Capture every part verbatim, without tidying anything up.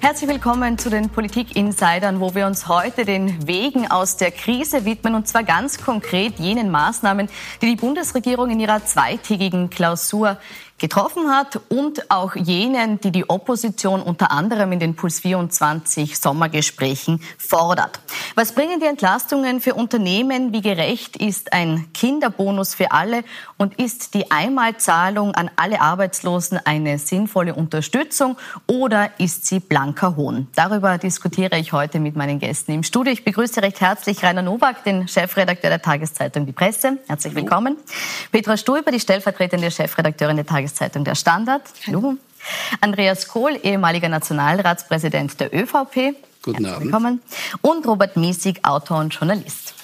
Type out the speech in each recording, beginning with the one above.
Herzlich willkommen zu den Politik-Insidern, wo wir uns heute den Wegen aus der Krise widmen, und zwar ganz konkret jenen Maßnahmen, die die Bundesregierung in ihrer zweitägigen Klausur getroffen hat, und auch jenen, die die Opposition unter anderem in den Puls vierundzwanzig Sommergesprächen fordert. Was bringen die Entlastungen für Unternehmen? Wie gerecht ist ein Kinderbonus für alle? Und ist die Einmalzahlung an alle Arbeitslosen eine sinnvolle Unterstützung oder ist sie blanker Hohn? Darüber diskutiere ich heute mit meinen Gästen im Studio. Ich begrüße recht herzlich Rainer Nowak, den Chefredakteur der Tageszeitung Die Presse. Herzlich willkommen. Petra Stulper, die stellvertretende Chefredakteurin der Tageszeitung Der Standard. Hallo. Andreas Kohl, ehemaliger Nationalratspräsident der ÖVP. Guten Abend. Willkommen. Und Robert Miesig, Autor und Journalist.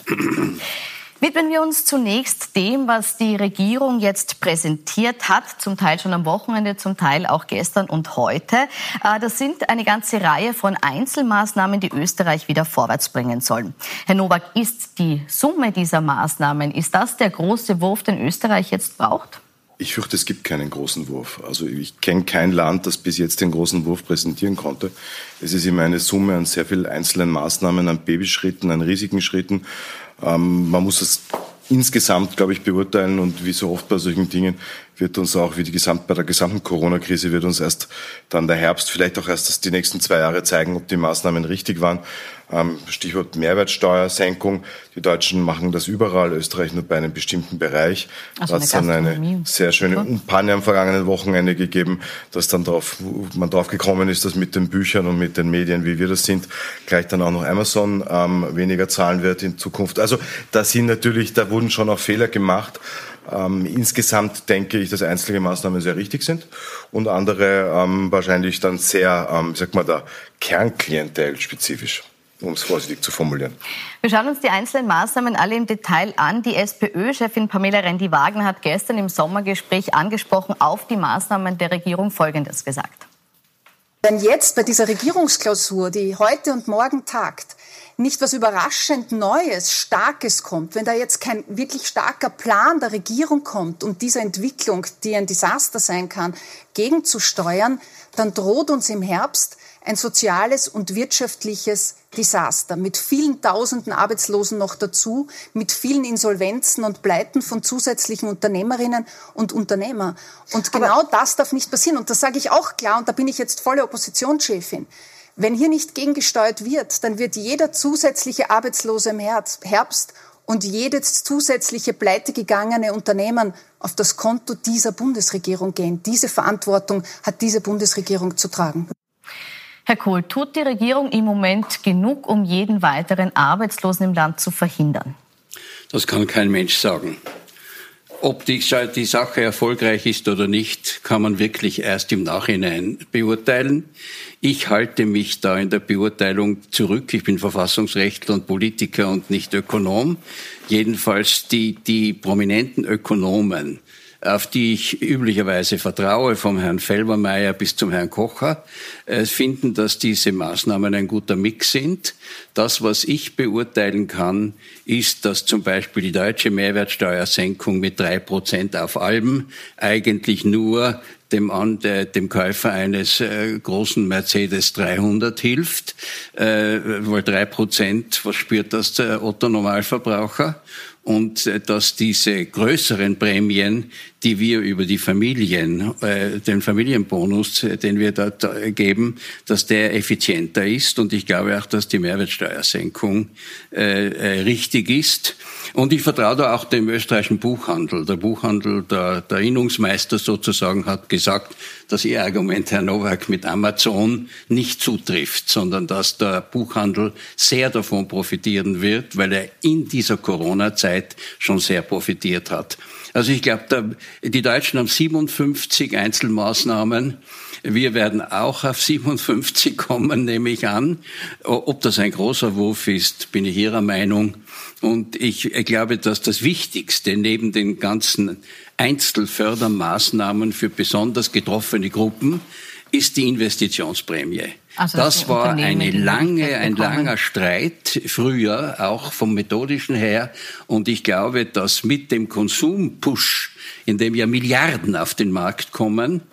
Widmen wir uns zunächst dem, was die Regierung jetzt präsentiert hat, zum Teil schon am Wochenende, zum Teil auch gestern und heute. Das sind eine ganze Reihe von Einzelmaßnahmen, die Österreich wieder vorwärts bringen sollen. Herr Nowak, ist die Summe dieser Maßnahmen, ist das der große Wurf, den Österreich jetzt braucht? Ich fürchte, es gibt keinen großen Wurf. Also ich kenne kein Land, das bis jetzt den großen Wurf präsentieren konnte. Es ist immer eine Summe an sehr vielen einzelnen Maßnahmen, an Babyschritten, an riesigen Schritten. Ähm, man muss es insgesamt, glaube ich, beurteilen, und wie so oft bei solchen Dingen wird uns auch, wie die Gesamt, bei der gesamten Corona-Krise wird uns erst dann der Herbst, vielleicht auch erst die nächsten zwei Jahre zeigen, ob die Maßnahmen richtig waren. Ähm, Stichwort Mehrwertsteuersenkung. Die Deutschen machen das überall, Österreich nur bei einem bestimmten Bereich. Also da hat es dann eine sehr schöne Kampagne am vergangenen Wochenende gegeben, dass dann drauf, man drauf gekommen ist, dass mit den Büchern und mit den Medien, wie wir das sind, gleich dann auch noch Amazon ähm, weniger zahlen wird in Zukunft. Also da sind natürlich, da wurden schon auch Fehler gemacht. Ähm, insgesamt denke ich, dass einzelne Maßnahmen sehr richtig sind und andere ähm, wahrscheinlich dann sehr, ähm, sag mal, der Kernklientel spezifisch, um es vorsichtig zu formulieren. Wir schauen uns die einzelnen Maßnahmen alle im Detail an. Die SPÖ-Chefin Pamela Rendi-Wagner hat gestern im Sommergespräch angesprochen auf die Maßnahmen der Regierung Folgendes gesagt. Wenn jetzt bei dieser Regierungsklausur, die heute und morgen tagt, nicht was überraschend Neues, Starkes kommt, wenn da jetzt kein wirklich starker Plan der Regierung kommt, um dieser Entwicklung, die ein Desaster sein kann, gegenzusteuern, dann droht uns im Herbst ein soziales und wirtschaftliches Desaster mit vielen tausenden Arbeitslosen noch dazu, mit vielen Insolvenzen und Pleiten von zusätzlichen Unternehmerinnen und Unternehmern. Und genau Aber das darf nicht passieren. Und das sage ich auch klar, und da bin ich jetzt volle Oppositionschefin. Wenn hier nicht gegengesteuert wird, dann wird jeder zusätzliche Arbeitslose im Herbst und jedes zusätzliche pleitegegangene Unternehmen auf das Konto dieser Bundesregierung gehen. Diese Verantwortung hat diese Bundesregierung zu tragen. Herr Kohl, tut die Regierung im Moment genug, um jeden weiteren Arbeitslosen im Land zu verhindern? Das kann kein Mensch sagen. Ob die, die Sache erfolgreich ist oder nicht, kann man wirklich erst im Nachhinein beurteilen. Ich halte mich da in der Beurteilung zurück. Ich bin Verfassungsrechtler und Politiker und nicht Ökonom. Jedenfalls die, die prominenten Ökonomen, auf die ich üblicherweise vertraue, vom Herrn Felbermayr bis zum Herrn Kocher, äh, finden, dass diese Maßnahmen ein guter Mix sind. Das, was ich beurteilen kann, ist, dass zum Beispiel die deutsche Mehrwertsteuersenkung mit drei Prozent auf Alben eigentlich nur dem, an, der, dem Käufer eines äh, großen Mercedes dreihundert hilft, äh, weil drei Prozent, was spürt das der Otto-Normalverbraucher? Und äh, dass diese größeren Prämien, die wir über die Familien, äh, den Familienbonus, äh, den wir dort äh, geben, dass der effizienter ist. Und ich glaube auch, dass die Mehrwertsteuersenkung äh, äh, richtig ist. Und ich vertraue da auch dem österreichischen Buchhandel. Der Buchhandel, der, der Innungsmeister sozusagen, hat gesagt, dass Ihr Argument, Herr Nowak, mit Amazon nicht zutrifft, sondern dass der Buchhandel sehr davon profitieren wird, weil er in dieser Corona-Zeit schon sehr profitiert hat. Also ich glaube, die Deutschen haben siebenundfünfzig Einzelmaßnahmen. Wir werden auch auf siebenundfünfzig kommen, nehme ich an. Ob das ein großer Wurf ist, bin ich Ihrer Meinung. Und ich glaube, dass das Wichtigste neben den ganzen Einzelfördermaßnahmen für besonders getroffene Gruppen ist die Investitionsprämie. Also das, das war eine lange, ein langer Streit früher, auch vom Methodischen her. Und ich glaube, dass mit dem Konsumpush, in dem ja Milliarden auf den Markt kommen,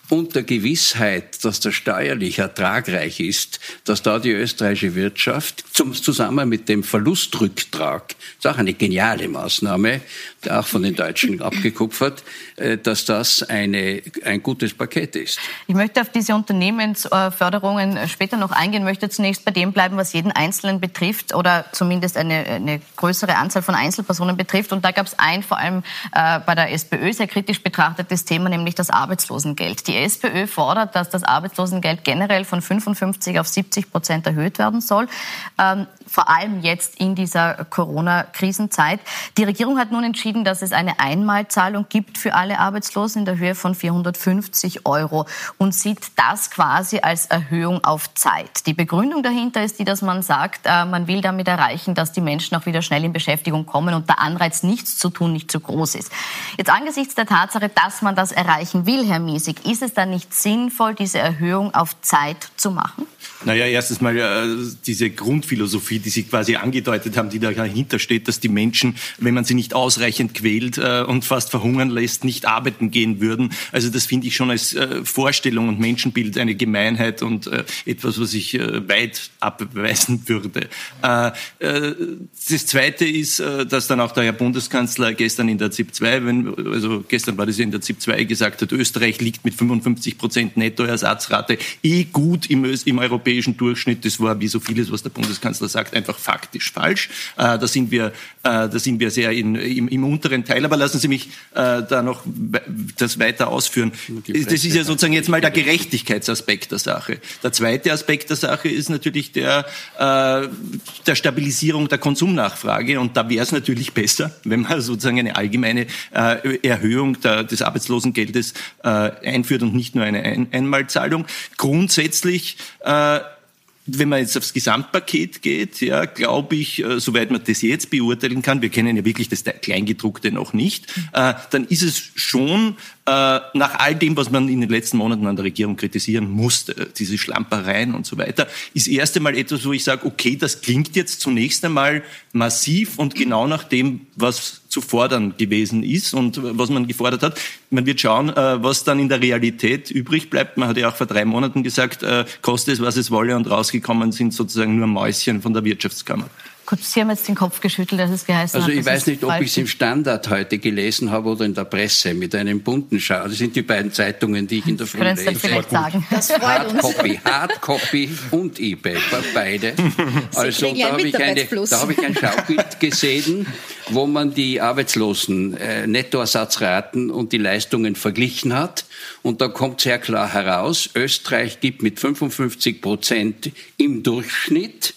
und der Gewissheit, dass das steuerlich ertragreich ist, dass da die österreichische Wirtschaft zum, zusammen mit dem Verlustrücktrag, das ist auch eine geniale Maßnahme, auch von den Deutschen abgekupfert, dass das eine, ein gutes Paket ist. Ich möchte auf diese Unternehmensförderungen später noch eingehen, möchte zunächst bei dem bleiben, was jeden Einzelnen betrifft oder zumindest eine, eine größere Anzahl von Einzelpersonen betrifft. Und da gab es ein vor allem äh, bei der SPÖ sehr kritisch betrachtetes Thema, nämlich das Arbeitslosengeld. Die SPÖ fordert, dass das Arbeitslosengeld generell von fünfundfünfzig auf siebzig Prozent erhöht werden soll, ähm, vor allem jetzt in dieser Corona-Krisenzeit. Die Regierung hat nun entschieden, dass es eine Einmalzahlung gibt für alle Arbeitslosen in der Höhe von vierhundertfünfzig Euro und sieht das quasi als Erhöhung auf Zeit. Die Begründung dahinter ist die, dass man sagt, äh, man will damit erreichen, dass die Menschen auch wieder schnell in Beschäftigung kommen und der Anreiz, nichts zu tun, nicht zu groß ist. Jetzt angesichts der Tatsache, dass man das erreichen will, Herr Miesig, ist es dann nicht sinnvoll, diese Erhöhung auf Zeit zu machen? Naja, erstens mal äh, diese Grundphilosophie, die Sie quasi angedeutet haben, die dahinter steht, dass die Menschen, wenn man sie nicht ausreichend quält äh, und fast verhungern lässt, nicht arbeiten gehen würden. Also das finde ich schon als äh, Vorstellung und Menschenbild eine Gemeinheit und äh, etwas, was ich äh, weit abweisen würde. Äh, äh, das Zweite ist, äh, dass dann auch der Herr Bundeskanzler gestern in der Z I P zwei, wenn, also gestern war das ja in der Z I P zwei, gesagt hat, Österreich liegt mit fünfundfünfzig Prozent Nettoersatzrate eh gut im, im europäischen Durchschnitt. Das war, wie so vieles, was der Bundeskanzler sagt, einfach faktisch falsch. Äh, da sind wir, äh, da sind wir sehr in, im, im unteren Teil. Aber lassen Sie mich äh, da noch das weiter ausführen. Das ist ja sozusagen jetzt mal der Gerechtigkeitsaspekt der Sache. Der zweite Aspekt der Sache ist natürlich der äh, der Stabilisierung der Konsumnachfrage. Und da wäre es natürlich besser, wenn man sozusagen eine allgemeine äh, Erhöhung der, des Arbeitslosengeldes äh, einführt und nicht nur eine Ein- Einmalzahlung. Grundsätzlich äh, wenn man jetzt aufs Gesamtpaket geht, ja, glaube ich, äh, soweit man das jetzt beurteilen kann, wir kennen ja wirklich das Kleingedruckte noch nicht, äh, dann ist es schon äh, nach all dem, was man in den letzten Monaten an der Regierung kritisieren musste, diese Schlampereien und so weiter, ist erst einmal etwas, wo ich sage, okay, das klingt jetzt zunächst einmal massiv und genau nach dem, was zu fordern gewesen ist und was man gefordert hat. Man wird schauen, was dann in der Realität übrig bleibt. Man hat ja auch vor drei Monaten gesagt, koste es, was es wolle, und rausgekommen sind sozusagen nur Mäuschen von der Wirtschaftskammer. Gut, Sie haben jetzt den Kopf geschüttelt, dass es geheißen also hat. Also ich weiß nicht, ob ich es im Standard heute gelesen habe oder in der Presse mit einem bunten Schau. Das sind die beiden Zeitungen, die ich in der Früh lese. Können Sie vielleicht sagen? Das freut uns. Hardcopy, Hardcopy und E-Paper, beide. Also da habe ich, eine, da habe ich ein Schaubild gesehen, wo man die Arbeitslosen äh, Nettoersatzraten und die Leistungen verglichen hat. Und da kommt sehr klar heraus, Österreich gibt mit fünfundfünfzig Prozent im Durchschnitt.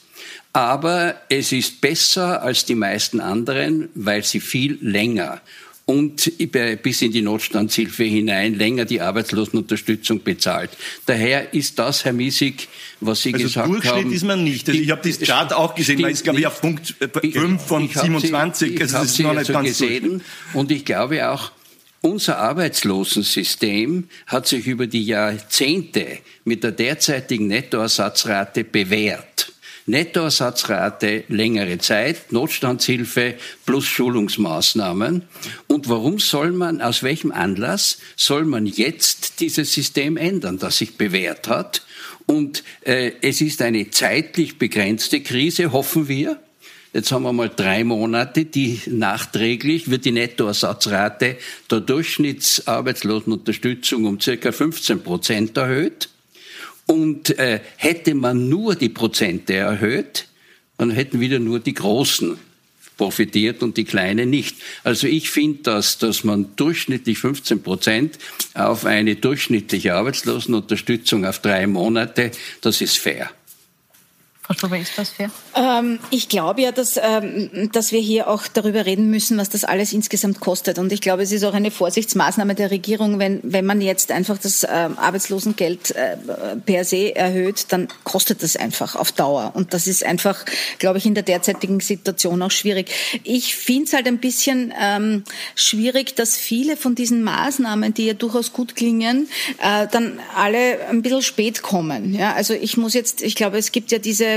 Aber es ist besser als die meisten anderen, weil sie viel länger und bis in die Notstandshilfe hinein länger die Arbeitslosenunterstützung bezahlt. Daher ist das, Herr Miesig, was Sie also gesagt haben... Also Durchschnitt ist man nicht. Also ich habe das Chart auch gesehen, man ist, glaube ich, auf Punkt fünf von ich siebenundzwanzig. Ich also habe das ist Sie noch nicht nicht so ganz gesehen. Und ich glaube auch, unser Arbeitslosensystem hat sich über die Jahrzehnte mit der derzeitigen Nettoersatzrate bewährt. Nettoersatzrate, längere Zeit, Notstandshilfe plus Schulungsmaßnahmen. Und warum soll man, aus welchem Anlass soll man jetzt dieses System ändern, das sich bewährt hat? Und äh, es ist eine zeitlich begrenzte Krise, hoffen wir. Jetzt haben wir mal drei Monate, die nachträglich wird die Nettoersatzrate der Durchschnittsarbeitslosenunterstützung um circa fünfzehn Prozent erhöht. Und äh, hätte man nur die Prozente erhöht, dann hätten wieder nur die Großen profitiert und die Kleinen nicht. Also ich finde, dass, dass man durchschnittlich fünfzehn Prozent auf eine durchschnittliche Arbeitslosenunterstützung auf drei Monate, das ist fair. Frau Stuber, ist das fair? Ähm, ich glaube ja, dass, ähm, dass wir hier auch darüber reden müssen, was das alles insgesamt kostet. Und ich glaube, es ist auch eine Vorsichtsmaßnahme der Regierung, wenn, wenn man jetzt einfach das ähm, Arbeitslosengeld äh, per se erhöht, dann kostet das einfach auf Dauer. Und das ist einfach, glaube ich, in der derzeitigen Situation auch schwierig. Ich finde es halt ein bisschen ähm, schwierig, dass viele von diesen Maßnahmen, die ja durchaus gut klingen, äh, dann alle ein bisschen spät kommen. Ja, also ich muss jetzt, ich glaube, es gibt ja diese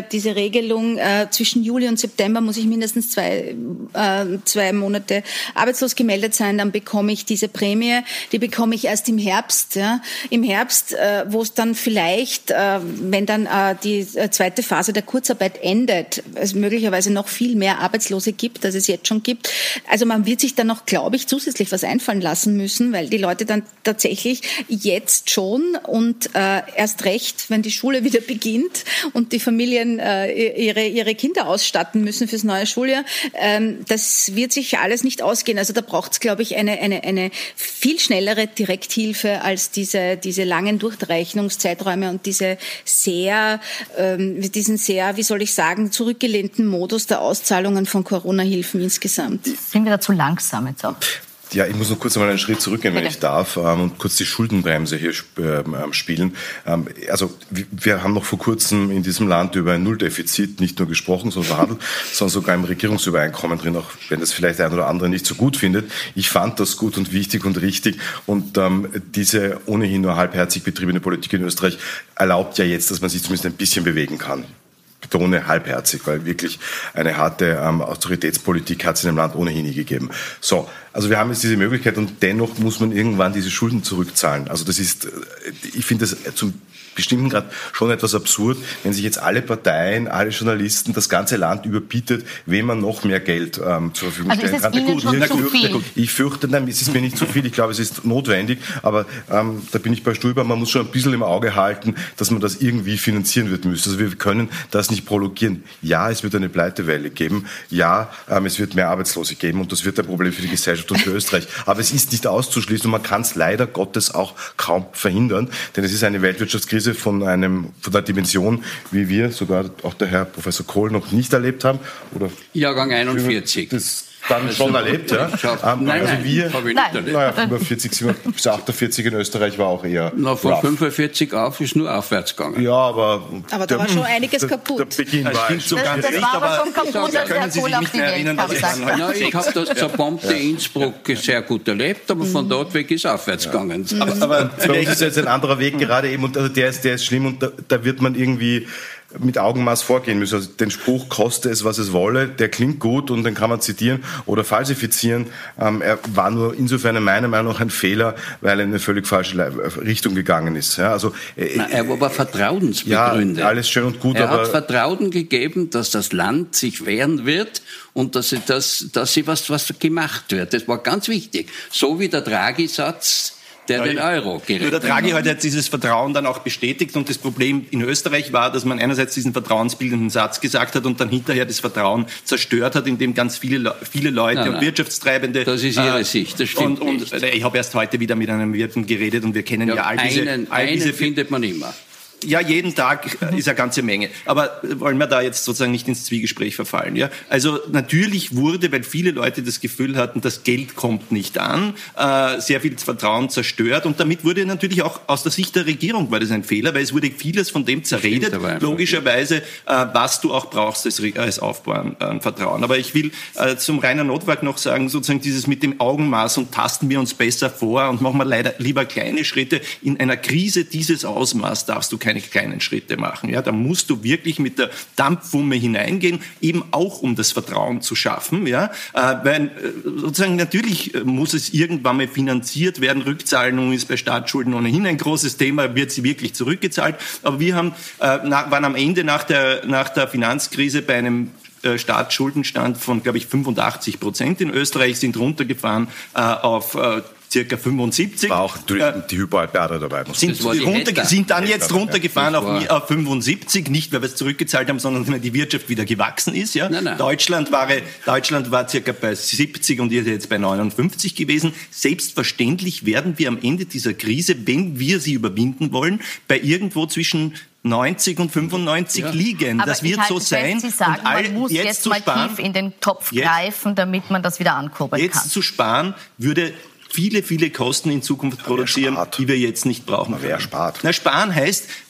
diese, diese Regelung, äh, zwischen Juli und September muss ich mindestens zwei, äh, zwei Monate arbeitslos gemeldet sein, dann bekomme ich diese Prämie, die bekomme ich erst im Herbst. Ja. Im Herbst, äh, wo es dann vielleicht, äh, wenn dann äh, die zweite Phase der Kurzarbeit endet, es möglicherweise noch viel mehr Arbeitslose gibt, als es jetzt schon gibt. Also man wird sich dann noch, glaube ich, zusätzlich was einfallen lassen müssen, weil die Leute dann tatsächlich jetzt schon und äh, erst recht, wenn die Schule wieder beginnt und die Familien äh, ihre, ihre Kinder ausstatten müssen fürs neue Schuljahr, ähm, das wird sich alles nicht ausgehen. Also da braucht es, glaube ich, eine, eine, eine viel schnellere Direkthilfe als diese, diese langen Durchrechnungszeiträume und diese sehr, ähm, diesen sehr, wie soll ich sagen, zurückgelehnten Modus der Auszahlungen von Corona-Hilfen insgesamt. Sind wir da zu langsam jetzt auch? Ja, ich muss noch kurz einmal einen Schritt zurückgehen, wenn Bitte. ich darf, ähm, und kurz die Schuldenbremse hier ähm, spielen. Ähm, also wir haben noch vor kurzem in diesem Land über ein Nulldefizit nicht nur gesprochen, sondern verhandelt, sondern sogar im Regierungsübereinkommen drin, auch wenn das vielleicht der ein oder andere nicht so gut findet. Ich fand das gut und wichtig und richtig. Und ähm, diese ohnehin nur halbherzig betriebene Politik in Österreich erlaubt ja jetzt, dass man sich zumindest ein bisschen bewegen kann. Betone halbherzig, weil wirklich eine harte ähm, Autoritätspolitik hat es in dem Land ohnehin nie gegeben. So, also wir haben jetzt diese Möglichkeit und dennoch muss man irgendwann diese Schulden zurückzahlen. Also das ist, ich finde das zum bestimmten Grad schon etwas absurd, wenn sich jetzt alle Parteien, alle Journalisten, das ganze Land überbietet, wem man noch mehr Geld ähm, zur Verfügung also stellen ist kann. es Ihnen schon ich, zu fürchte, viel? ich fürchte, nein, es ist mir nicht zu viel. Ich glaube, es ist notwendig, aber ähm, da bin ich bei Stuhlber, man muss schon ein bisschen im Auge halten, dass man das irgendwie finanzieren wird müssen. Also wir können das nicht prolongieren. Ja, es wird eine Pleitewelle geben. Ja, ähm, es wird mehr Arbeitslose geben und das wird ein Problem für die Gesellschaft und für Österreich. Aber es ist nicht auszuschließen und man kann es leider Gottes auch kaum verhindern, denn es ist eine Weltwirtschaftskrise von einem von der Dimension, wie wir, sogar auch der Herr Professor Kohl, noch nicht erlebt haben. Oder Jahrgang einundvierzig. Das dann also, schon erlebt, ja. Ähm, nein, also nein, wir, habe ich nein. nicht erlebt. Naja, fünfundvierzig bis achtundvierzig in Österreich war auch eher Na, von rough. fünfundvierzig auf ist nur aufwärts gegangen. Ja, aber... Aber da war schon einiges kaputt. Der, der Beginn Das war stimmt so Das, ganz das nicht, war aber aber schon kaputt, als können der Sie sich Kohl auf nicht die mehr Welt erinnern, kam, dass es sagt dann man. Ja, ich habe das zerbombte Innsbruck sehr gut erlebt, aber von dort weg ist aufwärts gegangen. Aber, aber bei uns ist jetzt ein anderer Weg gerade eben und also der ist, der ist schlimm und da, da wird man irgendwie mit Augenmaß vorgehen müssen. Also den Spruch, koste es, was es wolle, der klingt gut und den kann man zitieren oder falsifizieren. Ähm, er war nur insofern in meiner Meinung nach ein Fehler, weil er in eine völlig falsche Richtung gegangen ist. Ja, also, äh, Na, er war aber vertrauensbegründet. Ja, alles schön und gut, er aber... hat Vertrauen gegeben, dass das Land sich wehren wird und dass sie, das, dass sie was, was gemacht wird. Das war ganz wichtig. So wie der Draghi-Satz, der den Euro gerettet hat. Der Draghi hat. hat jetzt dieses Vertrauen dann auch bestätigt und das Problem in Österreich war, dass man einerseits diesen vertrauensbildenden Satz gesagt hat und dann hinterher das Vertrauen zerstört hat, indem ganz viele, viele Leute Nein, und nein. Wirtschaftstreibende... Das ist Ihre äh, Sicht, das stimmt und, und nicht. äh, Ich habe erst heute wieder mit einem Wirten geredet und wir kennen ja, Ja, all diese... einen, all diese einen findet man immer. Ja, jeden Tag ist eine ganze Menge. Aber wollen wir da jetzt sozusagen nicht ins Zwiegespräch verfallen? Ja? Also natürlich wurde, weil viele Leute das Gefühl hatten, das Geld kommt nicht an, äh, sehr viel Vertrauen zerstört. Und damit wurde natürlich auch aus der Sicht der Regierung war das ein Fehler, weil es wurde vieles von dem zerredet, logischerweise, äh, was du auch brauchst als, als Aufbau an äh, Vertrauen. Aber ich will äh, zum Rainer Notwag noch sagen, sozusagen dieses mit dem Augenmaß und tasten wir uns besser vor und machen wir leider lieber kleine Schritte. In einer Krise dieses Ausmaß darfst du keine kleinen Schritte machen. Ja, da musst du wirklich mit der Dampfwumme hineingehen, eben auch um das Vertrauen zu schaffen. Ja, äh, weil äh, sozusagen natürlich äh, muss es irgendwann mal finanziert werden. Rückzahlung ist bei Staatsschulden ohnehin ein großes Thema, wird sie wirklich zurückgezahlt. Aber wir haben, äh, na, waren am Ende nach der, nach der Finanzkrise bei einem äh, Staatsschuldenstand von, glaube ich, fünfundachtzig Prozent in Österreich, sind runtergefahren äh, auf äh, circa fünfundsiebzig. War auch die, die Hypoalperde dabei. Muss sind, war die runter, Hektar. sind dann Hektar, jetzt runtergefahren ja. auf, auf fünfundsiebzig, nicht weil wir es zurückgezahlt haben, sondern weil die Wirtschaft wieder gewachsen ist. Ja? Nein, nein. Deutschland, war, Deutschland war circa bei siebzig und ihr seid jetzt bei neunundfünfzig gewesen. Selbstverständlich werden wir am Ende dieser Krise, wenn wir sie überwinden wollen, bei irgendwo zwischen neunzig und fünfundneunzig ja. liegen. Aber das wird ich halte so sein. Fest, Sie sagen, und all, man muss jetzt, jetzt zu mal sparen, tief in den Topf jetzt, greifen, damit man das wieder ankurbeln jetzt kann. zu sparen würde viele, viele Kosten in Zukunft produzieren, spart. die wir jetzt nicht brauchen. Na, wer spart? Na, sparen heißt,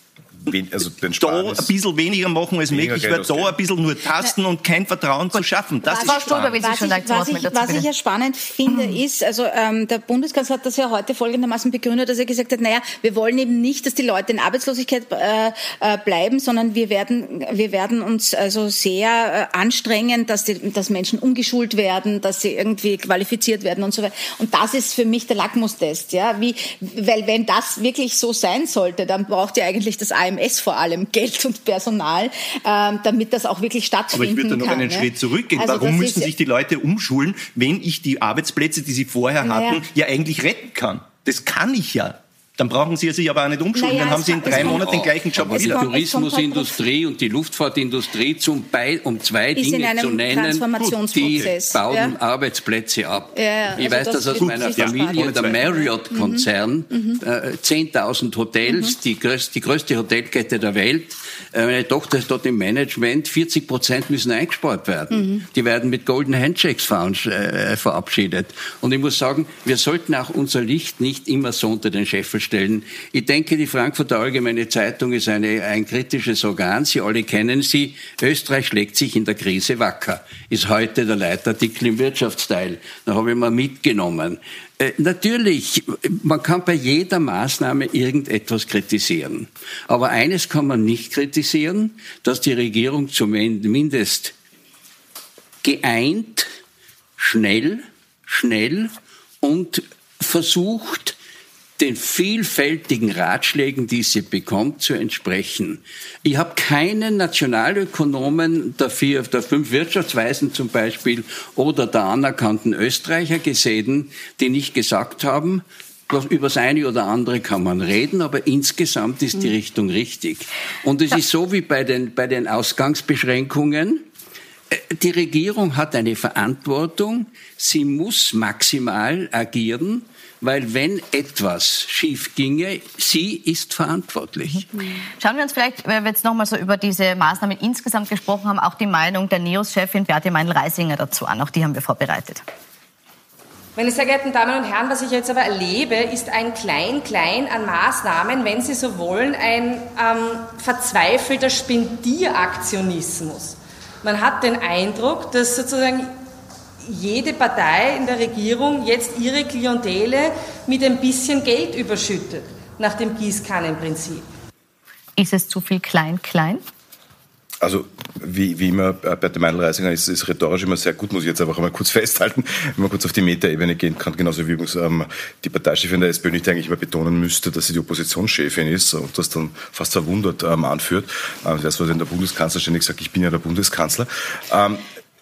also den da ein bisschen weniger machen als möglich wird, da ein bisschen nur tasten und kein Vertrauen Gut. zu schaffen. Das was ist spannend. was, ich, was, ich, was ich ja spannend finde, mhm. ist, also ähm, der Bundeskanzler hat das ja heute folgendermaßen begründet, dass er gesagt hat, naja, wir wollen eben nicht, dass die Leute in Arbeitslosigkeit äh, äh, bleiben, sondern wir werden, wir werden uns also sehr äh, anstrengen, dass, die, dass Menschen umgeschult werden, dass sie irgendwie qualifiziert werden und so weiter. Und das ist für mich der Lackmustest, ja, wie, weil wenn das wirklich so sein sollte, dann braucht ja eigentlich das A M S vor allem Geld und Personal, äh, damit das auch wirklich stattfinden kann. Aber ich würde da noch kann, einen ja. Schritt zurückgehen. Also Warum müssen sich die Leute umschulen, wenn ich die Arbeitsplätze, die sie vorher hatten, naja. ja eigentlich retten kann? Das kann ich ja. Dann brauchen Sie sich aber auch nicht umschulen. Naja, dann haben Sie in drei Monaten den gleichen Job wieder. Die Tourismusindustrie und die Luftfahrtindustrie zum Be- um zwei ist Dinge zu nennen, die bauen ja. Arbeitsplätze ab. Ja, ja. Ich also weiß das, das aus meiner Familie, der Marriott-Konzern, mhm. äh, zehntausend Hotels, mhm. die, größte, die größte Hotelkette der Welt. Äh, meine Tochter ist dort im Management, vierzig Prozent müssen eingespart werden. Mhm. Die werden mit Golden Handshakes äh, verabschiedet. Und ich muss sagen, wir sollten auch unser Licht nicht immer so unter den Scheffel stellen. Ich denke, die Frankfurter Allgemeine Zeitung ist eine, ein kritisches Organ. Sie alle kennen sie. Österreich schlägt sich in der Krise wacker. Ist heute der Leitartikel im Wirtschaftsteil. Da habe ich mal mitgenommen. Äh, natürlich, man kann bei jeder Maßnahme irgendetwas kritisieren. Aber eines kann man nicht kritisieren, dass die Regierung zumindest geeint, schnell, schnell und versucht, den vielfältigen Ratschlägen, die sie bekommt, zu entsprechen. Ich habe keinen Nationalökonomen der, vier, der fünf Wirtschaftsweisen zum Beispiel oder der anerkannten Österreicher gesehen, die nicht gesagt haben, über das eine oder andere kann man reden, aber insgesamt ist die Richtung richtig. Und es ist so wie bei den, bei den Ausgangsbeschränkungen. Die Regierung hat eine Verantwortung. Sie muss maximal agieren, weil wenn etwas schief ginge, sie ist verantwortlich. Schauen wir uns vielleicht, weil wir jetzt nochmal so über diese Maßnahmen insgesamt gesprochen haben, auch die Meinung der NEOS-Chefin Beate Meindl-Reisinger dazu an. Auch die haben wir vorbereitet. Meine sehr geehrten Damen und Herren, was ich jetzt aber erlebe, ist ein Klein-Klein an Maßnahmen, wenn Sie so wollen, ein ähm, verzweifelter Spendieraktionismus. Man hat den Eindruck, dass sozusagen jede Partei in der Regierung jetzt ihre Klientele mit ein bisschen Geld überschüttet, nach dem Gießkannenprinzip. Ist es zu viel Klein-Klein? Also wie, wie immer, Beate Meindl-Reisinger ist, ist rhetorisch immer sehr gut, muss ich jetzt einfach einmal kurz festhalten, wenn man kurz auf die Metaebene gehen kann, genauso wie übrigens ähm, die Parteichefin der SPÖ nicht eigentlich mal betonen müsste, dass sie die Oppositionschefin ist und das dann fast verwundert ähm, anführt. Ähm, das war, wenn der Bundeskanzler ständig sagt, ich bin ja der Bundeskanzler. Ähm,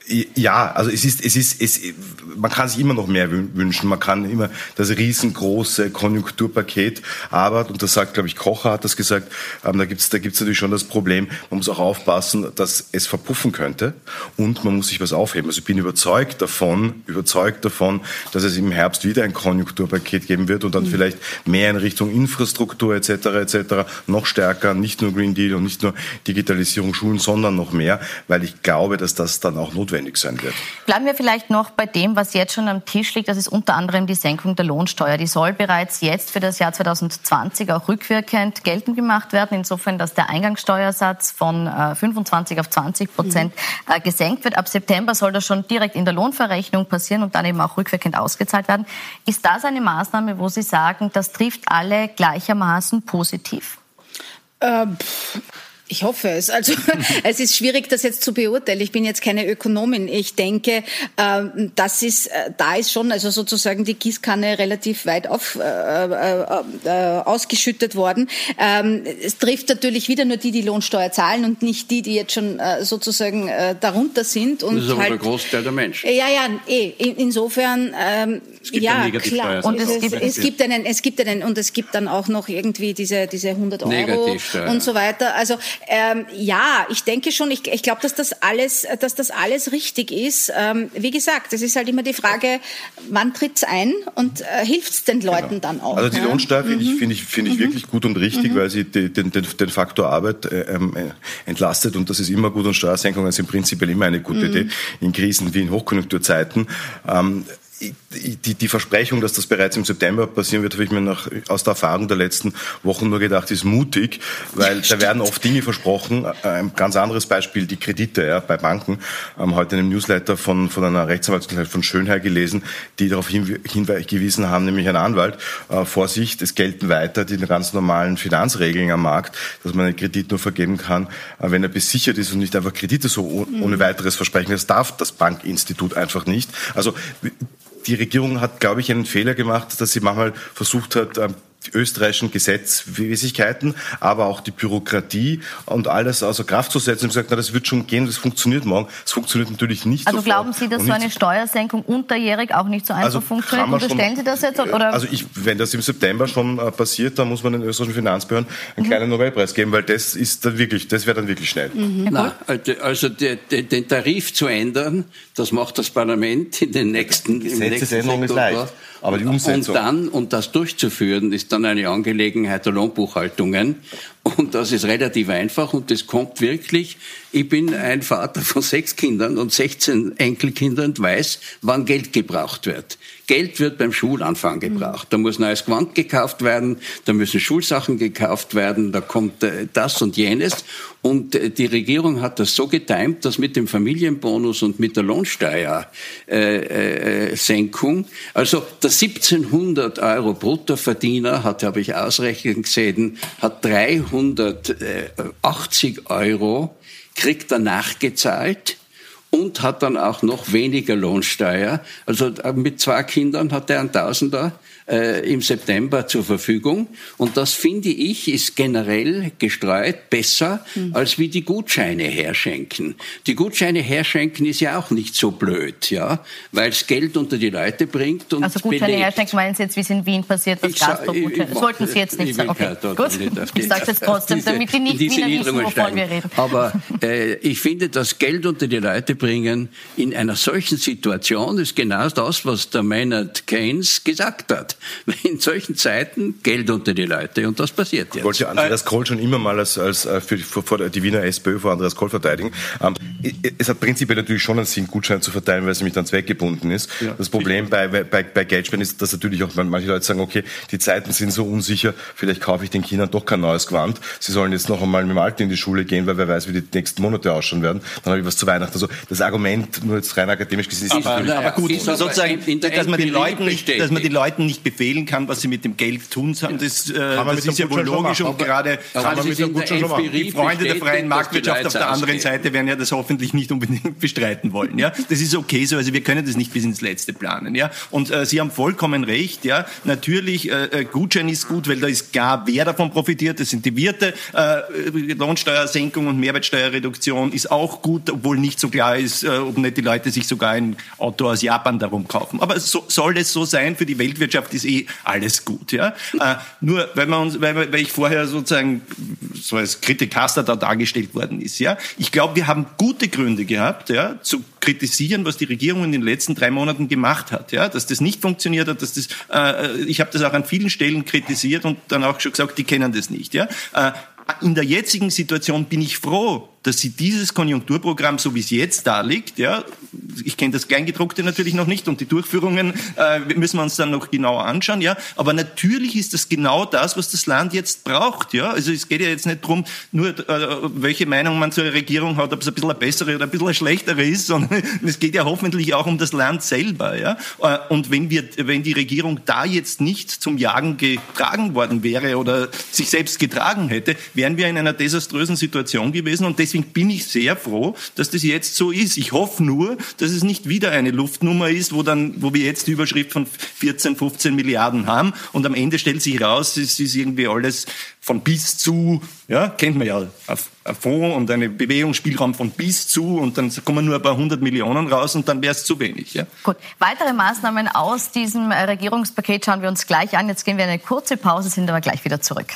Ja, also es ist, es ist, es, man kann sich immer noch mehr wünschen. Man kann immer das riesengroße Konjunkturpaket, aber, und das sagt, glaube ich, Kocher hat das gesagt, ähm, da gibt's, da gibt's natürlich schon das Problem, man muss auch aufpassen, dass es verpuffen könnte und man muss sich was aufheben. Also ich bin überzeugt davon, überzeugt davon, dass es im Herbst wieder ein Konjunkturpaket geben wird und dann mhm. vielleicht mehr in Richtung Infrastruktur et cetera et cetera noch stärker, nicht nur Green Deal und nicht nur Digitalisierung, Schulen, sondern noch mehr, weil ich glaube, dass das dann auch notwendig sein wird. Bleiben wir vielleicht noch bei dem, was jetzt schon am Tisch liegt. Das ist unter anderem die Senkung der Lohnsteuer. Die soll bereits jetzt für das Jahr zwanzig zwanzig auch rückwirkend geltend gemacht werden. Insofern, dass der Eingangssteuersatz von äh, fünfundzwanzig auf zwanzig Prozent mhm. äh, gesenkt wird. Ab September soll das schon direkt in der Lohnverrechnung passieren und dann eben auch rückwirkend ausgezahlt werden. Ist das eine Maßnahme, wo Sie sagen, das trifft alle gleichermaßen positiv? Ähm, Ich hoffe es. Also es ist schwierig, das jetzt zu beurteilen. Ich bin jetzt keine Ökonomin. Ich denke, ähm, das ist, äh, da ist schon also sozusagen die Gießkanne relativ weit auf, äh, äh, äh, ausgeschüttet worden. Ähm, es trifft natürlich wieder nur die, die Lohnsteuer zahlen und nicht die, die jetzt schon äh, sozusagen äh, darunter sind. Und das ist aber halt, der Großteil der Menschen. Ja, ja, eh. In, insofern, ähm, es gibt ja, klar. Und es, es, es gibt einen, es gibt einen, und es gibt dann auch noch irgendwie diese diese hundert Euro und so weiter. Also Ähm, ja, ich denke schon, ich, ich glaube, dass das alles, dass das alles richtig ist. Ähm, wie gesagt, es ist halt immer die Frage, wann tritt's ein und äh, hilft's den Leuten genau. dann auch? Also die ja? Lohnsteuer finde mhm. ich, finde ich, finde ich mhm. wirklich gut und richtig, mhm. weil sie die, den, den, den Faktor Arbeit äh, äh, entlastet und das ist immer gut und Steuersenkungen sind prinzipiell immer eine gute mhm. Idee in Krisen wie in Hochkonjunkturzeiten. Ähm, Die, die Versprechung, dass das bereits im September passieren wird, habe ich mir nach, aus der Erfahrung der letzten Wochen nur gedacht, ist mutig, weil da werden oft Dinge versprochen. Ein ganz anderes Beispiel, die Kredite ja, bei Banken. Ähm, heute in einem Newsletter von, von einer Rechtsanwaltskanzlei von Schönheim gelesen, die darauf hin, hingewiesen haben, nämlich ein Anwalt, äh, Vorsicht, es gelten weiter die ganz normalen Finanzregeln am Markt, dass man einen Kredit nur vergeben kann, äh, wenn er besichert ist und nicht einfach Kredite so oh, ohne weiteres versprechen. Das darf das Bankinstitut einfach nicht. Also die Regierung hat, glaube ich, einen Fehler gemacht, dass sie manchmal versucht hat, die österreichischen Gesetzmäßigkeiten, aber auch die Bürokratie und alles außer Kraft zu setzen und gesagt, na, das wird schon gehen, das funktioniert morgen. Es funktioniert natürlich nicht Also sofort. Glauben Sie, dass so eine Steuersenkung unterjährig auch nicht so einfach also funktioniert? Unterstellen Sie das jetzt? Oder? Also ich, wenn das im September schon äh, passiert, dann muss man den österreichischen Finanzbehörden einen mhm. kleinen Nobelpreis geben, weil das ist dann wirklich, das wäre dann wirklich schnell. Mhm. Na, also de, de, den Tarif zu ändern, das macht das Parlament in den nächsten Die Gesetzesänderung ist leicht, aber die Umsetzung. Und dann, und das durchzuführen, ist dann eine Angelegenheit der Lohnbuchhaltungen. Und das ist relativ einfach und das kommt wirklich. Ich bin ein Vater von sechs Kindern und sechzehn Enkelkindern und weiß, wann Geld gebraucht wird. Geld wird beim Schulanfang gebraucht. Da muss neues Gewand gekauft werden, da müssen Schulsachen gekauft werden, da kommt äh, das und jenes. Und äh, die Regierung hat das so getimt, dass mit dem Familienbonus und mit der Lohnsteuersenkung, äh, äh, also der siebzehnhundert Euro Bruttoverdiener hat, habe ich ausrechnen gesehen, hat dreihundertachtzig Euro, kriegt er nachgezahlt. Und hat dann auch noch weniger Lohnsteuer. Also mit zwei Kindern hat er einen Tausender äh, im September zur Verfügung. Und das, finde ich, ist generell gestreut besser, mhm. als wie die Gutscheine herschenken. Die Gutscheine herschenken ist ja auch nicht so blöd, ja, weil es Geld unter die Leute bringt. Und also Gutscheine belegt. herschenken, meinen Sie jetzt, wie es in Wien passiert, das Gastro-Gutscheine? Das wollten Sie jetzt nicht sagen. Okay, gut. Ich sage es jetzt trotzdem, diese, damit die Nicht-Wiener wissen, wovon wir reden. Aber äh, ich finde, das Geld unter die Leute bringen in einer solchen Situation ist genau das, was der Maynard Keynes gesagt hat. In solchen Zeiten Geld unter die Leute und das passiert jetzt. Ich wollte Andreas Kohl schon immer mal als, als für, für, für die Wiener SPÖ vor Andreas Kohl verteidigen. Ähm, es hat prinzipiell natürlich schon einen Sinn, Gutscheine zu verteilen, weil es nämlich dann zweckgebunden ist. Ja, das Problem bei, bei, bei Geldspenden ist, dass natürlich auch manche Leute sagen, okay, die Zeiten sind so unsicher, vielleicht kaufe ich den Kindern doch kein neues Gewand. Sie sollen jetzt noch einmal mit dem Alten in die Schule gehen, weil wer weiß, wie die nächsten Monate ausschauen werden. Dann habe ich was zu Weihnachten. Also das Argument, nur jetzt rein akademisch gesehen, ist aber, aber, aber gut, sozusagen, in der dass man, den Leuten nicht, bestätigt. dass man den Leuten nicht befehlen kann, was sie mit dem Geld tun sollen, das, äh, das ist ja wohl logisch und gerade die Freunde der freien Marktwirtschaft auf der anderen ausgehen. Seite werden ja das hoffentlich nicht unbedingt bestreiten wollen. Ja, das ist okay so, also wir können das nicht bis ins Letzte planen. Ja, und äh, Sie haben vollkommen recht. Ja, natürlich äh, Gutschein ist gut, weil da ist klar, wer davon profitiert. Das sind die Wirte. Äh, Lohnsteuersenkung und Mehrwertsteuerreduktion ist auch gut, obwohl nicht so klar ist, äh, ob nicht die Leute sich sogar ein Auto aus Japan darum kaufen. Aber so, soll es so sein, für die Weltwirtschaft ist eh alles gut. Ja? Äh, nur, weil, man uns, weil, weil ich vorher sozusagen so als Kritikaster da dargestellt worden ist. Ja? Ich glaube, wir haben gute Gründe gehabt, ja, zu kritisieren, was die Regierung in den letzten drei Monaten gemacht hat. Ja? Dass das nicht funktioniert hat, dass das, äh, ich habe das auch an vielen Stellen kritisiert und dann auch schon gesagt, die kennen das nicht. Ja? Äh, in der jetzigen Situation bin ich froh, dass Sie dieses Konjunkturprogramm, so wie es jetzt da liegt, ja, ich kenne das Kleingedruckte natürlich noch nicht und die Durchführungen äh, müssen wir uns dann noch genauer anschauen, ja, aber natürlich ist das genau das, was das Land jetzt braucht, ja, also es geht ja jetzt nicht darum, nur äh, welche Meinung man zur Regierung hat, ob es ein bisschen eine bessere oder ein bisschen eine schlechtere ist, sondern es geht ja hoffentlich auch um das Land selber, ja, äh, und wenn wir, wenn die Regierung da jetzt nicht zum Jagen getragen worden wäre oder sich selbst getragen hätte, wären wir in einer desaströsen Situation gewesen und deswegen bin ich sehr froh, dass das jetzt so ist. Ich hoffe nur, dass es nicht wieder eine Luftnummer ist, wo dann, wo wir jetzt die Überschrift von vierzehn, fünfzehn Milliarden haben und am Ende stellt sich raus, es ist irgendwie alles von bis zu, ja, kennt man ja, ein Fonds und eine Bewegungsspielraum von bis zu und dann kommen nur ein paar hundert Millionen raus und dann wäre es zu wenig. Ja? Gut, weitere Maßnahmen aus diesem Regierungspaket schauen wir uns gleich an. Jetzt gehen wir in eine kurze Pause, sind aber gleich wieder zurück.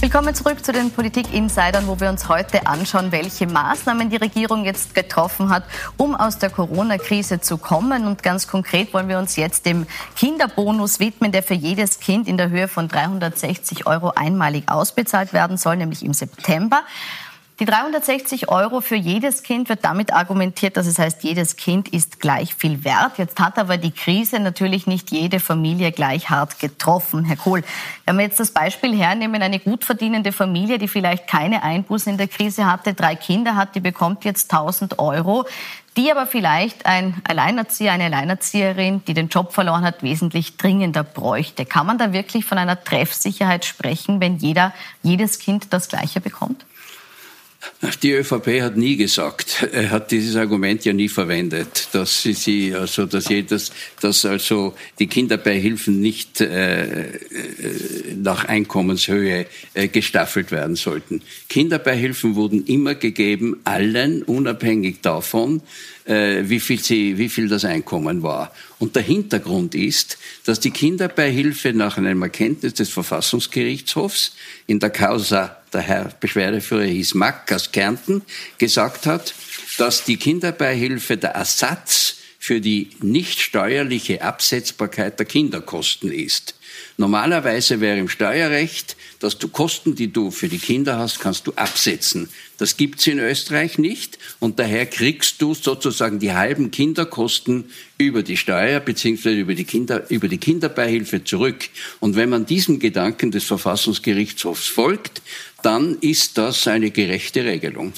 Willkommen zurück zu den Politik-Insidern, wo wir uns heute anschauen, welche Maßnahmen die Regierung jetzt getroffen hat, um aus der Corona-Krise zu kommen. Und ganz konkret wollen wir uns jetzt dem Kinderbonus widmen, der für jedes Kind in der Höhe von dreihundertsechzig Euro einmalig ausbezahlt werden soll, nämlich im September. Die dreihundertsechzig Euro für jedes Kind wird damit argumentiert, dass es heißt, jedes Kind ist gleich viel wert. Jetzt hat aber die Krise natürlich nicht jede Familie gleich hart getroffen. Herr Kohl, wenn wir jetzt das Beispiel hernehmen, eine gut verdienende Familie, die vielleicht keine Einbußen in der Krise hatte, drei Kinder hat, die bekommt jetzt tausend Euro, die aber vielleicht ein Alleinerzieher, eine Alleinerzieherin, die den Job verloren hat, wesentlich dringender bräuchte. Kann man da wirklich von einer Treffsicherheit sprechen, wenn jeder, jedes Kind das Gleiche bekommt? Die ÖVP hat nie gesagt, er hat dieses Argument ja nie verwendet, dass sie, sie also, dass jedes, dass also die Kinderbeihilfen nicht äh, nach Einkommenshöhe äh, gestaffelt werden sollten. Kinderbeihilfen wurden immer gegeben, allen, unabhängig davon, äh, wie viel sie, wie viel das Einkommen war. Und der Hintergrund ist, dass die Kinderbeihilfe nach einem Erkenntnis des Verfassungsgerichtshofs in der Causa, der Herr Beschwerdeführer hieß Mack aus Kärnten, gesagt hat, dass die Kinderbeihilfe der Ersatz für die nicht steuerliche Absetzbarkeit der Kinderkosten ist. Normalerweise wäre im Steuerrecht, dass du Kosten, die du für die Kinder hast, kannst du absetzen. Das gibt's in Österreich nicht und daher kriegst du sozusagen die halben Kinderkosten über die Steuer bzw. über die Kinder, über die Kinderbeihilfe zurück. Und wenn man diesem Gedanken des Verfassungsgerichtshofs folgt, dann ist das eine gerechte Regelung.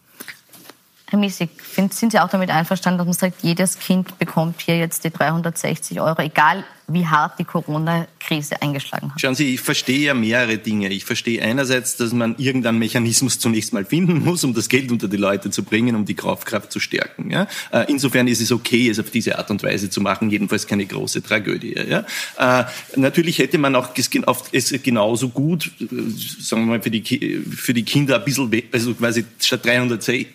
Herr Miesig, sind Sie auch damit einverstanden, dass man sagt, jedes Kind bekommt hier jetzt die dreihundertsechzig Euro, egal wie hart die Corona-Krise eingeschlagen hat? Schauen Sie, ich verstehe ja mehrere Dinge. Ich verstehe einerseits, dass man irgendeinen Mechanismus zunächst mal finden muss, um das Geld unter die Leute zu bringen, um die Kaufkraft zu stärken. Ja? Insofern ist es okay, es auf diese Art und Weise zu machen, jedenfalls keine große Tragödie. Ja? Äh, natürlich hätte man auch es genauso gut, sagen wir mal, für die, für die Kinder ein bisschen, also quasi statt dreihundertsechzig,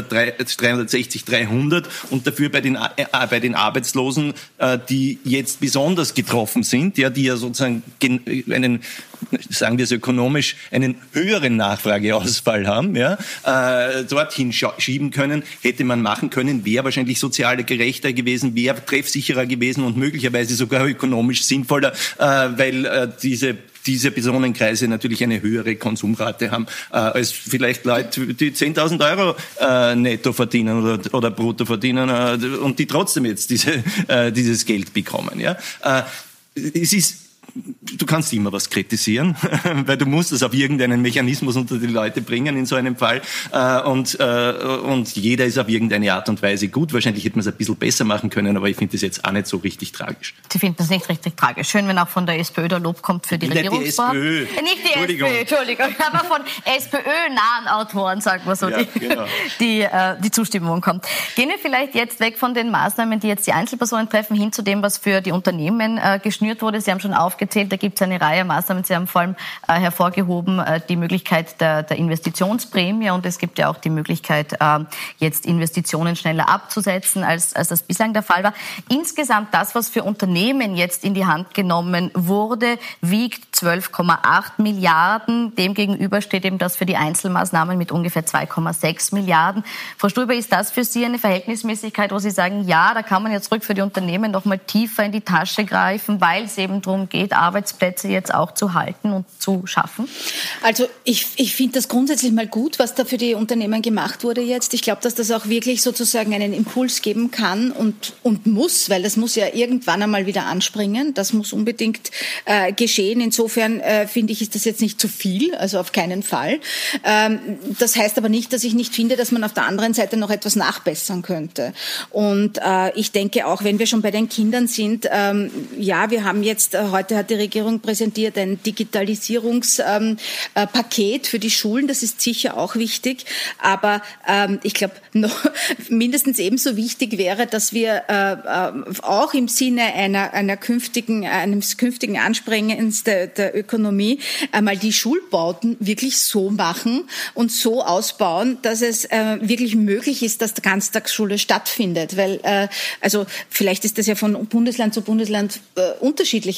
dreihundert und dafür bei den, äh, bei den Arbeitslosen, äh, die jetzt besonders getroffen sind, ja, die ja sozusagen einen, sagen wir es ökonomisch, einen höheren Nachfrageausfall haben, ja, äh, dorthin schieben können, hätte man machen können, wäre wahrscheinlich sozial gerechter gewesen, wäre treffsicherer gewesen und möglicherweise sogar ökonomisch sinnvoller, äh, weil äh, diese diese Personenkreise natürlich eine höhere Konsumrate haben, äh, als vielleicht Leute, die zehntausend Euro äh, netto verdienen oder, oder brutto verdienen äh, und die trotzdem jetzt diese, äh, dieses Geld bekommen. Ja? Äh, es ist Du kannst immer was kritisieren, weil du musst es auf irgendeinen Mechanismus unter die Leute bringen in so einem Fall. Und, und jeder ist auf irgendeine Art und Weise gut. Wahrscheinlich hätte man es ein bisschen besser machen können, aber ich finde das jetzt auch nicht so richtig tragisch. Sie finden das nicht richtig tragisch. Schön, wenn auch von der SPÖ der Lob kommt für die Regierungsvorhaben. Nicht die SPÖ. Nicht die Entschuldigung. SPÖ, Entschuldigung. Aber von SPÖ-nahen Autoren, sagen wir so, ja, die, genau. die, äh, die Zustimmung kommt. Gehen wir vielleicht jetzt weg von den Maßnahmen, die jetzt die Einzelpersonen treffen, hin zu dem, was für die Unternehmen äh, geschnürt wurde. Sie haben schon aufgezählt, da gibt es eine Reihe Maßnahmen. Sie haben vor allem äh, hervorgehoben äh, die Möglichkeit der, der Investitionsprämie und es gibt ja auch die Möglichkeit, äh, jetzt Investitionen schneller abzusetzen, als, als das bislang der Fall war. Insgesamt das, was für Unternehmen jetzt in die Hand genommen wurde, wiegt zwölf Komma acht Milliarden. Demgegenüber steht eben das für die Einzelmaßnahmen mit ungefähr zwei Komma sechs Milliarden. Frau Struber, ist das für Sie eine Verhältnismäßigkeit, wo Sie sagen, ja, da kann man jetzt zurück für die Unternehmen noch mal tiefer in die Tasche greifen, weil es eben darum geht, Arbeitsplätze jetzt auch zu halten und zu schaffen? Also ich, ich finde das grundsätzlich mal gut, was da für die Unternehmen gemacht wurde jetzt. Ich glaube, dass das auch wirklich sozusagen einen Impuls geben kann und, und muss, weil das muss ja irgendwann einmal wieder anspringen. Das muss unbedingt äh, geschehen. Insofern äh, finde ich, ist das jetzt nicht zu viel, also auf keinen Fall. Ähm, das heißt aber nicht, dass ich nicht finde, dass man auf der anderen Seite noch etwas nachbessern könnte. Und äh, ich denke auch, wenn wir schon bei den Kindern sind, ähm, ja, wir haben jetzt, äh, heute hat die Regierung präsentiert ein Digitalisierungspaket ähm, äh, für die Schulen. Das ist sicher auch wichtig. Aber ähm, ich glaube, noch mindestens ebenso wichtig wäre, dass wir äh, äh, auch im Sinne einer, einer künftigen, eines künftigen Anspringens der, der Ökonomie einmal die Schulbauten wirklich so machen und so ausbauen, dass es äh, wirklich möglich ist, dass die Ganztagsschule stattfindet. Weil, äh, also vielleicht ist das ja von Bundesland zu Bundesland äh, unterschiedlich, aber in Wien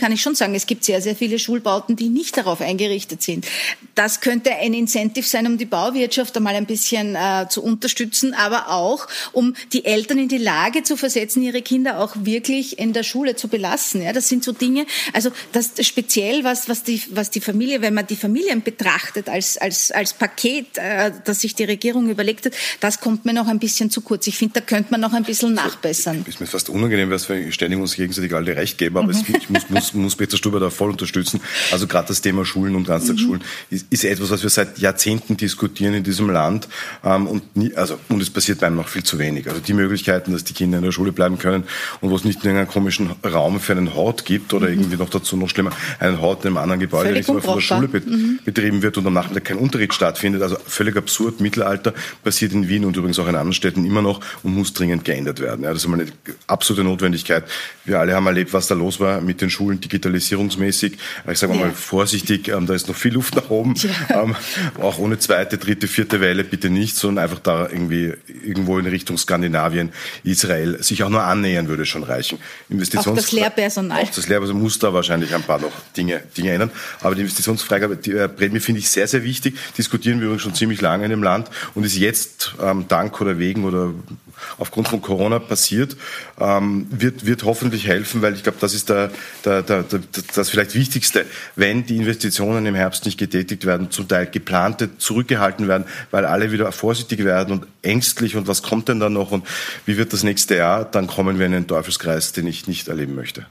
kann ich schon sagen, es gibt sehr, sehr viele Schulbauten, die nicht darauf eingerichtet sind. Das könnte ein Incentive sein, um die Bauwirtschaft einmal ein bisschen äh, zu unterstützen, aber auch, um die Eltern in die Lage zu versetzen, ihre Kinder auch wirklich in der Schule zu belassen. Ja, das sind so Dinge, also das speziell, was, was die, was die Familie, wenn man die Familien betrachtet als, als, als Paket, äh, das sich die Regierung überlegt hat, das kommt mir noch ein bisschen zu kurz. Ich finde, da könnte man noch ein bisschen nachbessern. Ist mir fast unangenehm, weil wir ständig uns gegenseitig alle recht geben, aber mhm. ich muss, muss, muss Peter Stuber da voll unterstützen. Also gerade das Thema Schulen und Ganztagsschulen mhm. ist, ist etwas, was wir seit Jahrzehnten diskutieren in diesem Land, ähm, und, nie, also, und es passiert bei einem noch viel zu wenig. Also die Möglichkeiten, dass die Kinder in der Schule bleiben können und wo es nicht nur einen komischen Raum für einen Hort gibt oder mhm. irgendwie noch dazu noch schlimmer, einen Hort in einem anderen Gebäude, der nicht mal von der Schule be- mhm. betrieben wird und am Nachmittag kein Unterricht stattfindet. Also völlig absurd. Mittelalter passiert in Wien und übrigens auch in anderen Städten immer noch und muss dringend geändert werden. Ja, das ist eine absolute Notwendigkeit. Wir alle haben erlebt, was da los war mit den Schulen, digitalisierungsmäßig. Ich sage mal ja. vorsichtig, ähm, da ist noch viel Luft nach oben. Ja. Ähm, auch ohne zweite, dritte, vierte Welle bitte nicht, sondern einfach da irgendwie irgendwo in Richtung Skandinavien, Israel sich auch nur annähern würde schon reichen. Investitions- auch das Lehrpersonal. Auch das Lehrpersonal muss da wahrscheinlich ein paar noch Dinge, Dinge ändern. Aber die Investitionsfreigabe, die äh, Prämie finde ich sehr, sehr wichtig. Diskutieren wir übrigens schon ziemlich lange in dem Land und ist jetzt ähm, dank oder wegen oder aufgrund von Corona passiert, ähm, wird, wird hoffentlich helfen, weil ich glaube, das ist der, der, der, der, das vielleicht Wichtigste, wenn die Investitionen im Herbst nicht getätigt werden, zum Teil geplante zurückgehalten werden, weil alle wieder vorsichtig werden und ängstlich und was kommt denn da noch und wie wird das nächste Jahr, dann kommen wir in einen Teufelskreis, den ich nicht erleben möchte.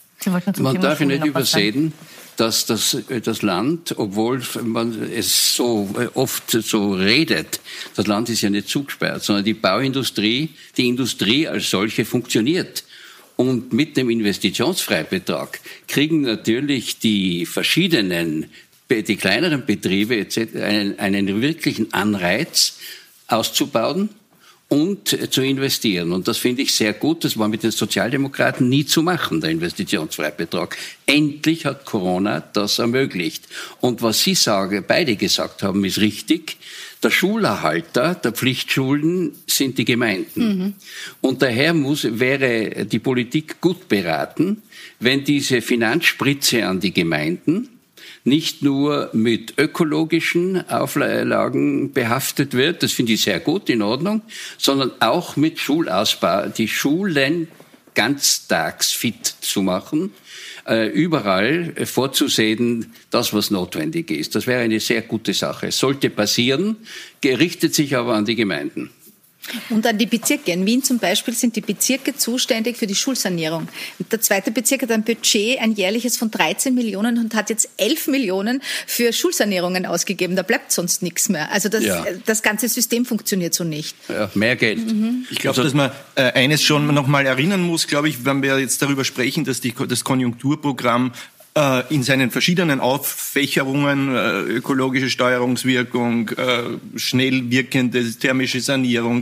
Man darf ja nicht übersehen, dass das, das Land, obwohl man es so oft so redet, das Land ist ja nicht zugesperrt, sondern die Bauindustrie, die Industrie als solche funktioniert. Und mit dem Investitionsfreibetrag kriegen natürlich die verschiedenen, die kleineren Betriebe et cetera einen, einen wirklichen Anreiz auszubauen und zu investieren. Und das finde ich sehr gut. Das war mit den Sozialdemokraten nie zu machen, der Investitionsfreibetrag. Endlich hat Corona das ermöglicht. Und was Sie sagen, beide gesagt haben, ist richtig. Der Schulerhalter der Pflichtschulen sind die Gemeinden. Mhm. Und daher muss, wäre die Politik gut beraten, wenn diese Finanzspritze an die Gemeinden nicht nur mit ökologischen Auflagen behaftet wird, das finde ich sehr gut, in Ordnung, sondern auch mit Schulausbau, die Schulen ganztags fit zu machen, äh, überall vorzusehen, das, was notwendig ist. Das wäre eine sehr gute Sache. Es sollte passieren, gerichtet sich aber an die Gemeinden. Und an die Bezirke. In Wien zum Beispiel sind die Bezirke zuständig für die Schulsanierung. Der zweite Bezirk hat ein Budget, ein jährliches von dreizehn Millionen und hat jetzt elf Millionen für Schulsanierungen ausgegeben. Da bleibt sonst nichts mehr. Also das, ja. das ganze System funktioniert so nicht. Ja, mehr Geld. Mhm. Ich glaube, dass man äh, eines schon noch mal erinnern muss, glaube ich, wenn wir jetzt darüber sprechen, dass die, das Konjunkturprogramm in seinen verschiedenen Auffächerungen, äh, ökologische Steuerungswirkung, äh, schnell wirkende thermische Sanierung,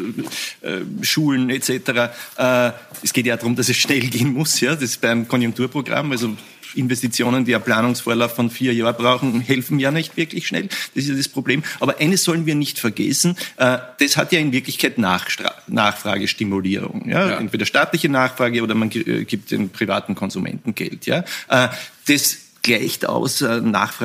äh, äh, Schulen et cetera. Äh, es geht ja darum, dass es schnell gehen muss. Ja, das ist beim Konjunkturprogramm. Also Investitionen, die einen Planungsvorlauf von vier Jahren brauchen, helfen ja nicht wirklich schnell. Das ist ja das Problem. Aber eines sollen wir nicht vergessen, äh, das hat ja in Wirklichkeit Nachstra- Nachfragestimulierung. Ja? Ja. Entweder staatliche Nachfrage oder man g- gibt den privaten Konsumenten Geld. Ja? Äh, das gleicht aus äh,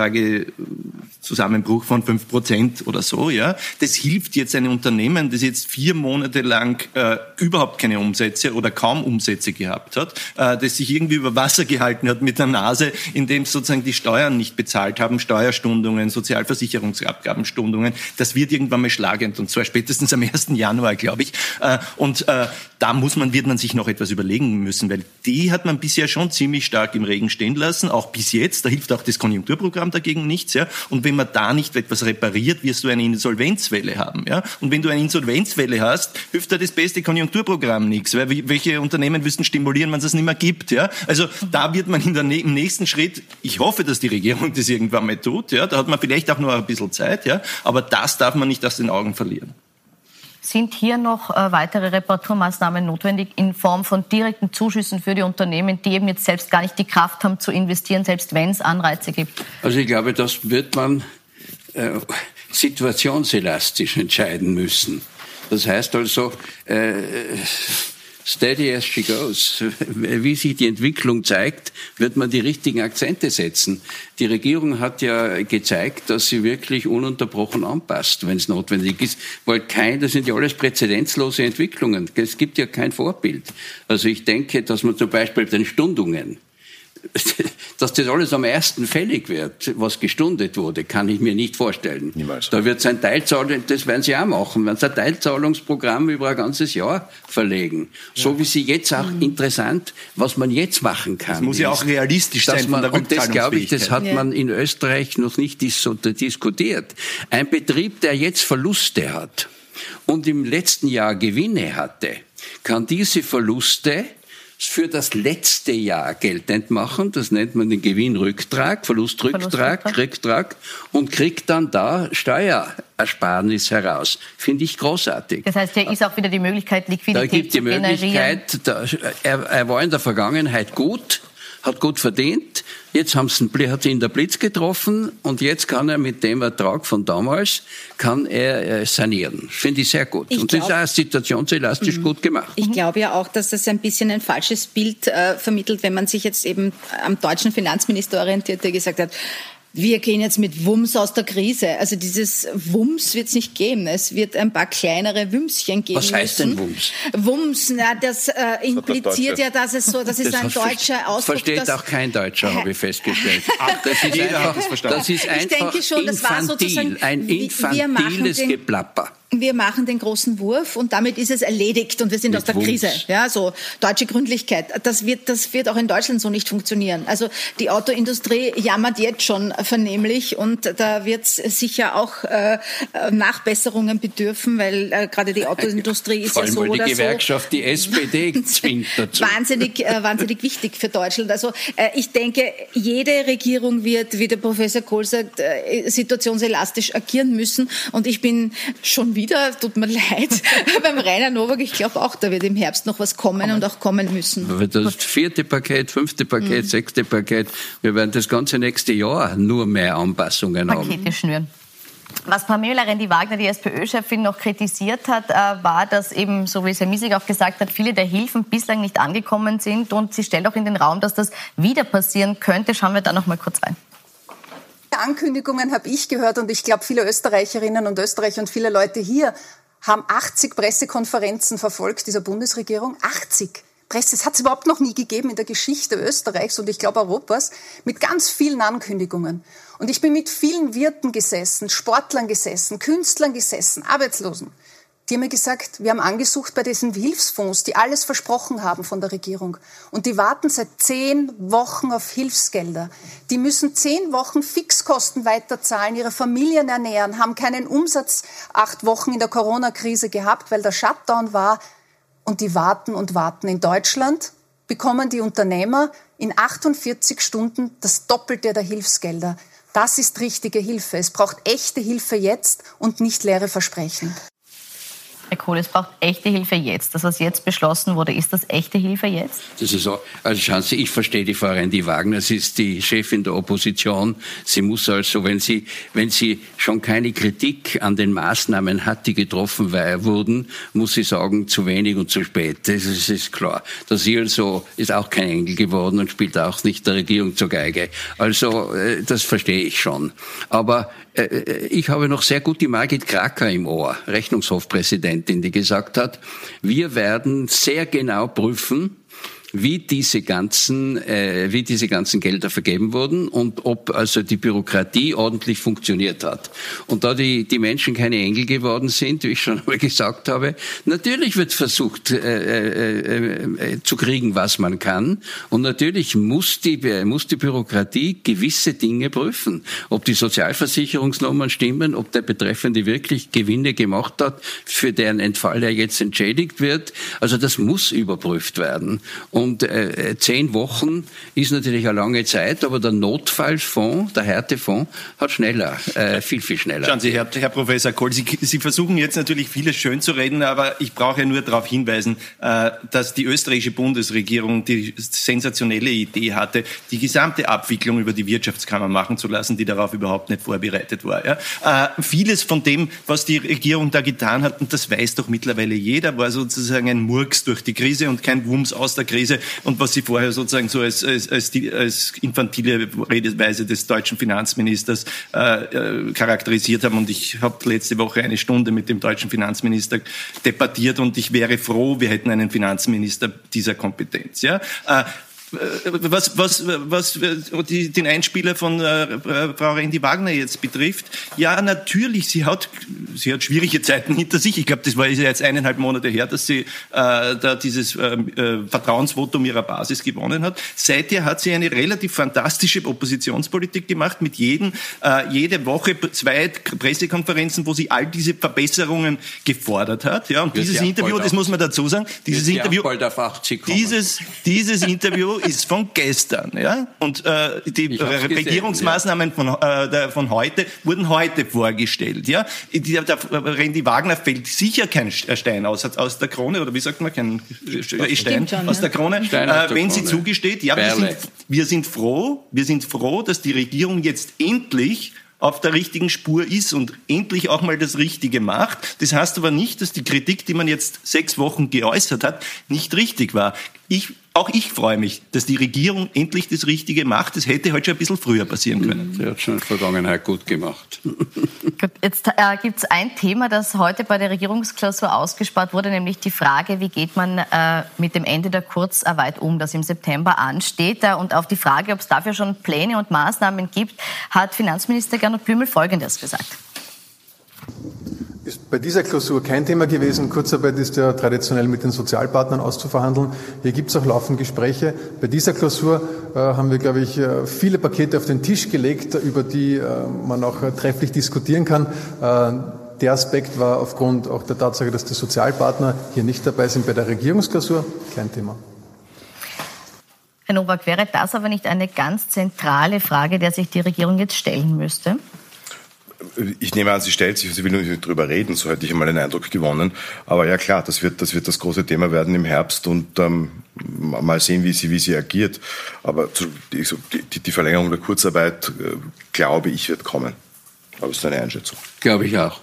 Nachfragezusammenbruch von fünf Prozent oder so. Ja, das hilft jetzt einem Unternehmen, das jetzt vier Monate lang äh, überhaupt keine Umsätze oder kaum Umsätze gehabt hat, äh, das sich irgendwie über Wasser gehalten hat mit der Nase, indem sozusagen die Steuern nicht bezahlt haben, Steuerstundungen, Sozialversicherungsabgabenstundungen. Das wird irgendwann mal schlagend und zwar spätestens am ersten Januar, glaube ich. Äh, und äh, da muss man, wird man sich noch etwas überlegen müssen, weil die hat man bisher schon ziemlich stark im Regen stehen lassen, auch bis jetzt. Da hilft auch das Konjunkturprogramm dagegen nichts. Ja? Und wenn man da nicht etwas repariert, wirst du eine Insolvenzwelle haben. Ja? Und wenn du eine Insolvenzwelle hast, hilft da das beste Konjunkturprogramm nichts. Weil welche Unternehmen müssen stimulieren, wenn es das nicht mehr gibt? Ja? Also da wird man in der, im nächsten Schritt, ich hoffe, dass die Regierung das irgendwann mal tut, ja? Da hat man vielleicht auch noch ein bisschen Zeit, ja? Aber das darf man nicht aus den Augen verlieren. Sind hier noch äh, weitere Reparaturmaßnahmen notwendig in Form von direkten Zuschüssen für die Unternehmen, die eben jetzt selbst gar nicht die Kraft haben zu investieren, selbst wenn es Anreize gibt? Also ich glaube, das wird man äh, situationselastisch entscheiden müssen. Das heißt also, äh, steady as she goes. Wie sich die Entwicklung zeigt, wird man die richtigen Akzente setzen. Die Regierung hat ja gezeigt, dass sie wirklich ununterbrochen anpasst, wenn es notwendig ist, weil kein, das sind ja alles präzedenzlose Entwicklungen. Es gibt ja kein Vorbild. Also ich denke, dass man zum Beispiel bei den Stundungen, dass das alles am ersten fällig wird, was gestundet wurde, kann ich mir nicht vorstellen. Niemals. Da wird es ein Teilzahlung, das werden sie auch machen, wenn sie ein Teilzahlungsprogramm über ein ganzes Jahr verlegen. Ja. So wie sie jetzt auch mhm. interessant, was man jetzt machen kann. Das muss ja auch realistisch sein von der Und das, glaube ich, das hat ja. man in Österreich noch nicht so diskutiert. Ein Betrieb, der jetzt Verluste hat und im letzten Jahr Gewinne hatte, kann diese Verluste für das letzte Jahr geltend machen. Das nennt man den Gewinnrücktrag, Verlustrücktrag, Rücktrag und kriegt dann da Steuerersparnis heraus. Finde ich großartig. Das heißt, hier ist auch wieder die Möglichkeit, Liquidität da gibt zu die Möglichkeit, da, er, er war in der Vergangenheit gut, hat gut verdient. Jetzt haben sie, hat ihn der Blitz getroffen und jetzt kann er mit dem Ertrag von damals kann er sanieren. Finde ich sehr gut. Ich und glaub, das ist auch situationselastisch m- gut gemacht. Ich glaube ja auch, dass das ein bisschen ein falsches Bild äh, vermittelt, wenn man sich jetzt eben am deutschen Finanzminister orientiert, der gesagt hat, wir gehen jetzt mit Wumms aus der Krise. Also dieses Wumms wird es nicht geben. Es wird ein paar kleinere Wümschen geben. Was heißt müssen. denn Wumms? Wumms, na, das äh, impliziert ja, dass es so, das ist das ein deutscher Ausdruck. Versteht dass, auch kein Deutscher, habe ich festgestellt. Das ist Jeder einfach, hat das verstanden. Das ist einfach ich denke schon, das war sozusagen ein infantiles den, Geplapper. Wir machen den großen Wurf und damit ist es erledigt und wir sind Mit aus der Wumms. Krise. Ja, so deutsche Gründlichkeit. Das wird, das wird auch in Deutschland so nicht funktionieren. Also die Autoindustrie jammert jetzt schon vernehmlich und da wird es sicher auch äh, Nachbesserungen bedürfen, weil äh, gerade die Autoindustrie ist Vor allem, ja so weil oder die so Gewerkschaft, die S P D zwingt dazu. Wahnsinnig, äh, wahnsinnig wichtig für Deutschland. Also äh, ich denke, jede Regierung wird, wie der Professor Kohl sagt, äh, situationselastisch agieren müssen und ich bin schon wieder, tut mir leid, beim Rainer Nowak, ich glaube auch, da wird im Herbst noch was kommen Aber und auch kommen müssen. Das vierte Paket, fünfte Paket, mhm. sechste Paket, wir werden das ganze nächste Jahr nur mehr Anpassungen Pakete haben. schnüren. Was Pamela Rendi-Wagner, die SPÖ-Chefin, noch kritisiert hat, war, dass eben, so wie es Herr Miesig auch gesagt hat, viele der Hilfen bislang nicht angekommen sind und sie stellt auch in den Raum, dass das wieder passieren könnte. Schauen wir da noch mal kurz rein. Ankündigungen habe ich gehört und ich glaube, viele Österreicherinnen und Österreicher und viele Leute hier haben achtzig Pressekonferenzen verfolgt dieser Bundesregierung. achtzig Presse, das hat es überhaupt noch nie gegeben in der Geschichte Österreichs und ich glaube Europas, mit ganz vielen Ankündigungen. Und ich bin mit vielen Wirten gesessen, Sportlern gesessen, Künstlern gesessen, Arbeitslosen. Die haben mir gesagt, wir haben angesucht bei diesen Hilfsfonds, die alles versprochen haben von der Regierung. Und die warten seit zehn Wochen auf Hilfsgelder. Die müssen zehn Wochen Fixkosten weiterzahlen, ihre Familien ernähren, haben keinen Umsatz acht Wochen in der Corona-Krise gehabt, weil der Shutdown war. Und die warten und warten. In Deutschland bekommen die Unternehmer in achtundvierzig Stunden das Doppelte der Hilfsgelder. Das ist richtige Hilfe. Es braucht echte Hilfe jetzt und nicht leere Versprechen. Herr Kohl, es braucht echte Hilfe jetzt. Das, was jetzt beschlossen wurde, ist das echte Hilfe jetzt? Das ist so. Also schauen Sie, ich verstehe die Frau Rendi-Wagner. Sie ist die Chefin der Opposition. Sie muss also, wenn sie, wenn sie schon keine Kritik an den Maßnahmen hat, die getroffen wurden, muss sie sagen, zu wenig und zu spät. Das ist, das ist klar. Der Sie also ist auch kein Engel geworden und spielt auch nicht der Regierung zur Geige. Also, das verstehe ich schon. Aber ich habe noch sehr gut die Margit Kracker im Ohr, Rechnungshofpräsidentin, die gesagt hat, wir werden sehr genau prüfen, wie diese ganzen, äh, wie diese ganzen Gelder vergeben wurden und ob also die Bürokratie ordentlich funktioniert hat. Und da die, die Menschen keine Engel geworden sind, wie ich schon einmal gesagt habe, natürlich wird versucht äh, äh, äh, zu kriegen, was man kann. Und natürlich muss die, muss die Bürokratie gewisse Dinge prüfen. Ob die Sozialversicherungsnummern stimmen, ob der Betreffende wirklich Gewinne gemacht hat, für deren Entfall er jetzt entschädigt wird. Also das muss überprüft werden. Und äh, zehn Wochen ist natürlich eine lange Zeit, aber der Notfallfonds, der Härtefonds, hat schneller, äh, viel, viel schneller. Schauen Sie, Herr, Herr Professor Kohl, Sie, Sie versuchen jetzt natürlich vieles schön zu reden, aber ich brauche nur darauf hinweisen, äh, dass die österreichische Bundesregierung die sensationelle Idee hatte, die gesamte Abwicklung über die Wirtschaftskammer machen zu lassen, die darauf überhaupt nicht vorbereitet war. Ja? Äh, vieles von dem, was die Regierung da getan hat, und das weiß doch mittlerweile jeder, war sozusagen ein Murks durch die Krise und kein Wumms aus der Krise. Und was Sie vorher sozusagen so als, als, als, die, als infantile Redeweise des deutschen Finanzministers äh, äh, charakterisiert haben. Und ich habe letzte Woche eine Stunde mit dem deutschen Finanzminister debattiert und ich wäre froh, wir hätten einen Finanzminister dieser Kompetenz. Ja? Äh, Was, was, was die, den Einspieler von äh, Frau Rendi-Wagner jetzt betrifft, ja, natürlich, sie hat, sie hat schwierige Zeiten hinter sich. Ich glaube, das war jetzt eineinhalb Monate her, dass sie äh, da dieses äh, Vertrauensvotum ihrer Basis gewonnen hat. Seither hat sie eine relativ fantastische Oppositionspolitik gemacht, mit jedem, äh, jede Woche zwei Pressekonferenzen, wo sie all diese Verbesserungen gefordert hat. Ja, und Wird dieses Interview, das muss man dazu sagen, dieses Interview, dieses, dieses Interview ist von gestern, ja, und äh, die Regierungsmaßnahmen gesehen, ja. von, äh, der, von heute wurden heute vorgestellt, ja. Die, der Rendi Wagner fällt sicher kein Stein aus, aus der Krone, oder wie sagt man, kein Stein schon, aus ja. der Krone, äh, der wenn Krone. sie zugesteht. Ja, wir sind, wir sind froh, wir sind froh, dass die Regierung jetzt endlich auf der richtigen Spur ist und endlich auch mal das Richtige macht. Das heißt aber nicht, dass die Kritik, die man jetzt sechs Wochen geäußert hat, nicht richtig war. Ich, auch ich freue mich, dass die Regierung endlich das Richtige macht. Das hätte heute schon ein bisschen früher passieren können. Sie hat schon in der Vergangenheit gut gemacht. Gut, jetzt äh, gibt es ein Thema, das heute bei der Regierungsklausur ausgespart wurde, nämlich die Frage, wie geht man äh, mit dem Ende der Kurzarbeit um, das im September ansteht. Äh, und auf die Frage, ob es dafür schon Pläne und Maßnahmen gibt, hat Finanzminister Gernot Blümel Folgendes gesagt. Ist bei dieser Klausur kein Thema gewesen. Kurzarbeit ist ja traditionell mit den Sozialpartnern auszuverhandeln. Hier gibt es auch laufend Gespräche. Bei dieser Klausur äh, haben wir, glaube ich, viele Pakete auf den Tisch gelegt, über die äh, man auch äh, trefflich diskutieren kann. Äh, der Aspekt war aufgrund auch der Tatsache, dass die Sozialpartner hier nicht dabei sind bei der Regierungsklausur, kein Thema. Herr Nowak, wäre das aber nicht eine ganz zentrale Frage, der sich die Regierung jetzt stellen müsste? Ich nehme an, sie stellt sich, sie will nicht drüber reden, so hätte ich einmal den Eindruck gewonnen. Aber ja klar, das wird das, wird das große Thema werden im Herbst und ähm, mal sehen, wie sie, wie sie agiert. Aber die, die, die Verlängerung der Kurzarbeit, äh, glaube ich, wird kommen. Aber das ist eine Einschätzung. Glaube ich auch.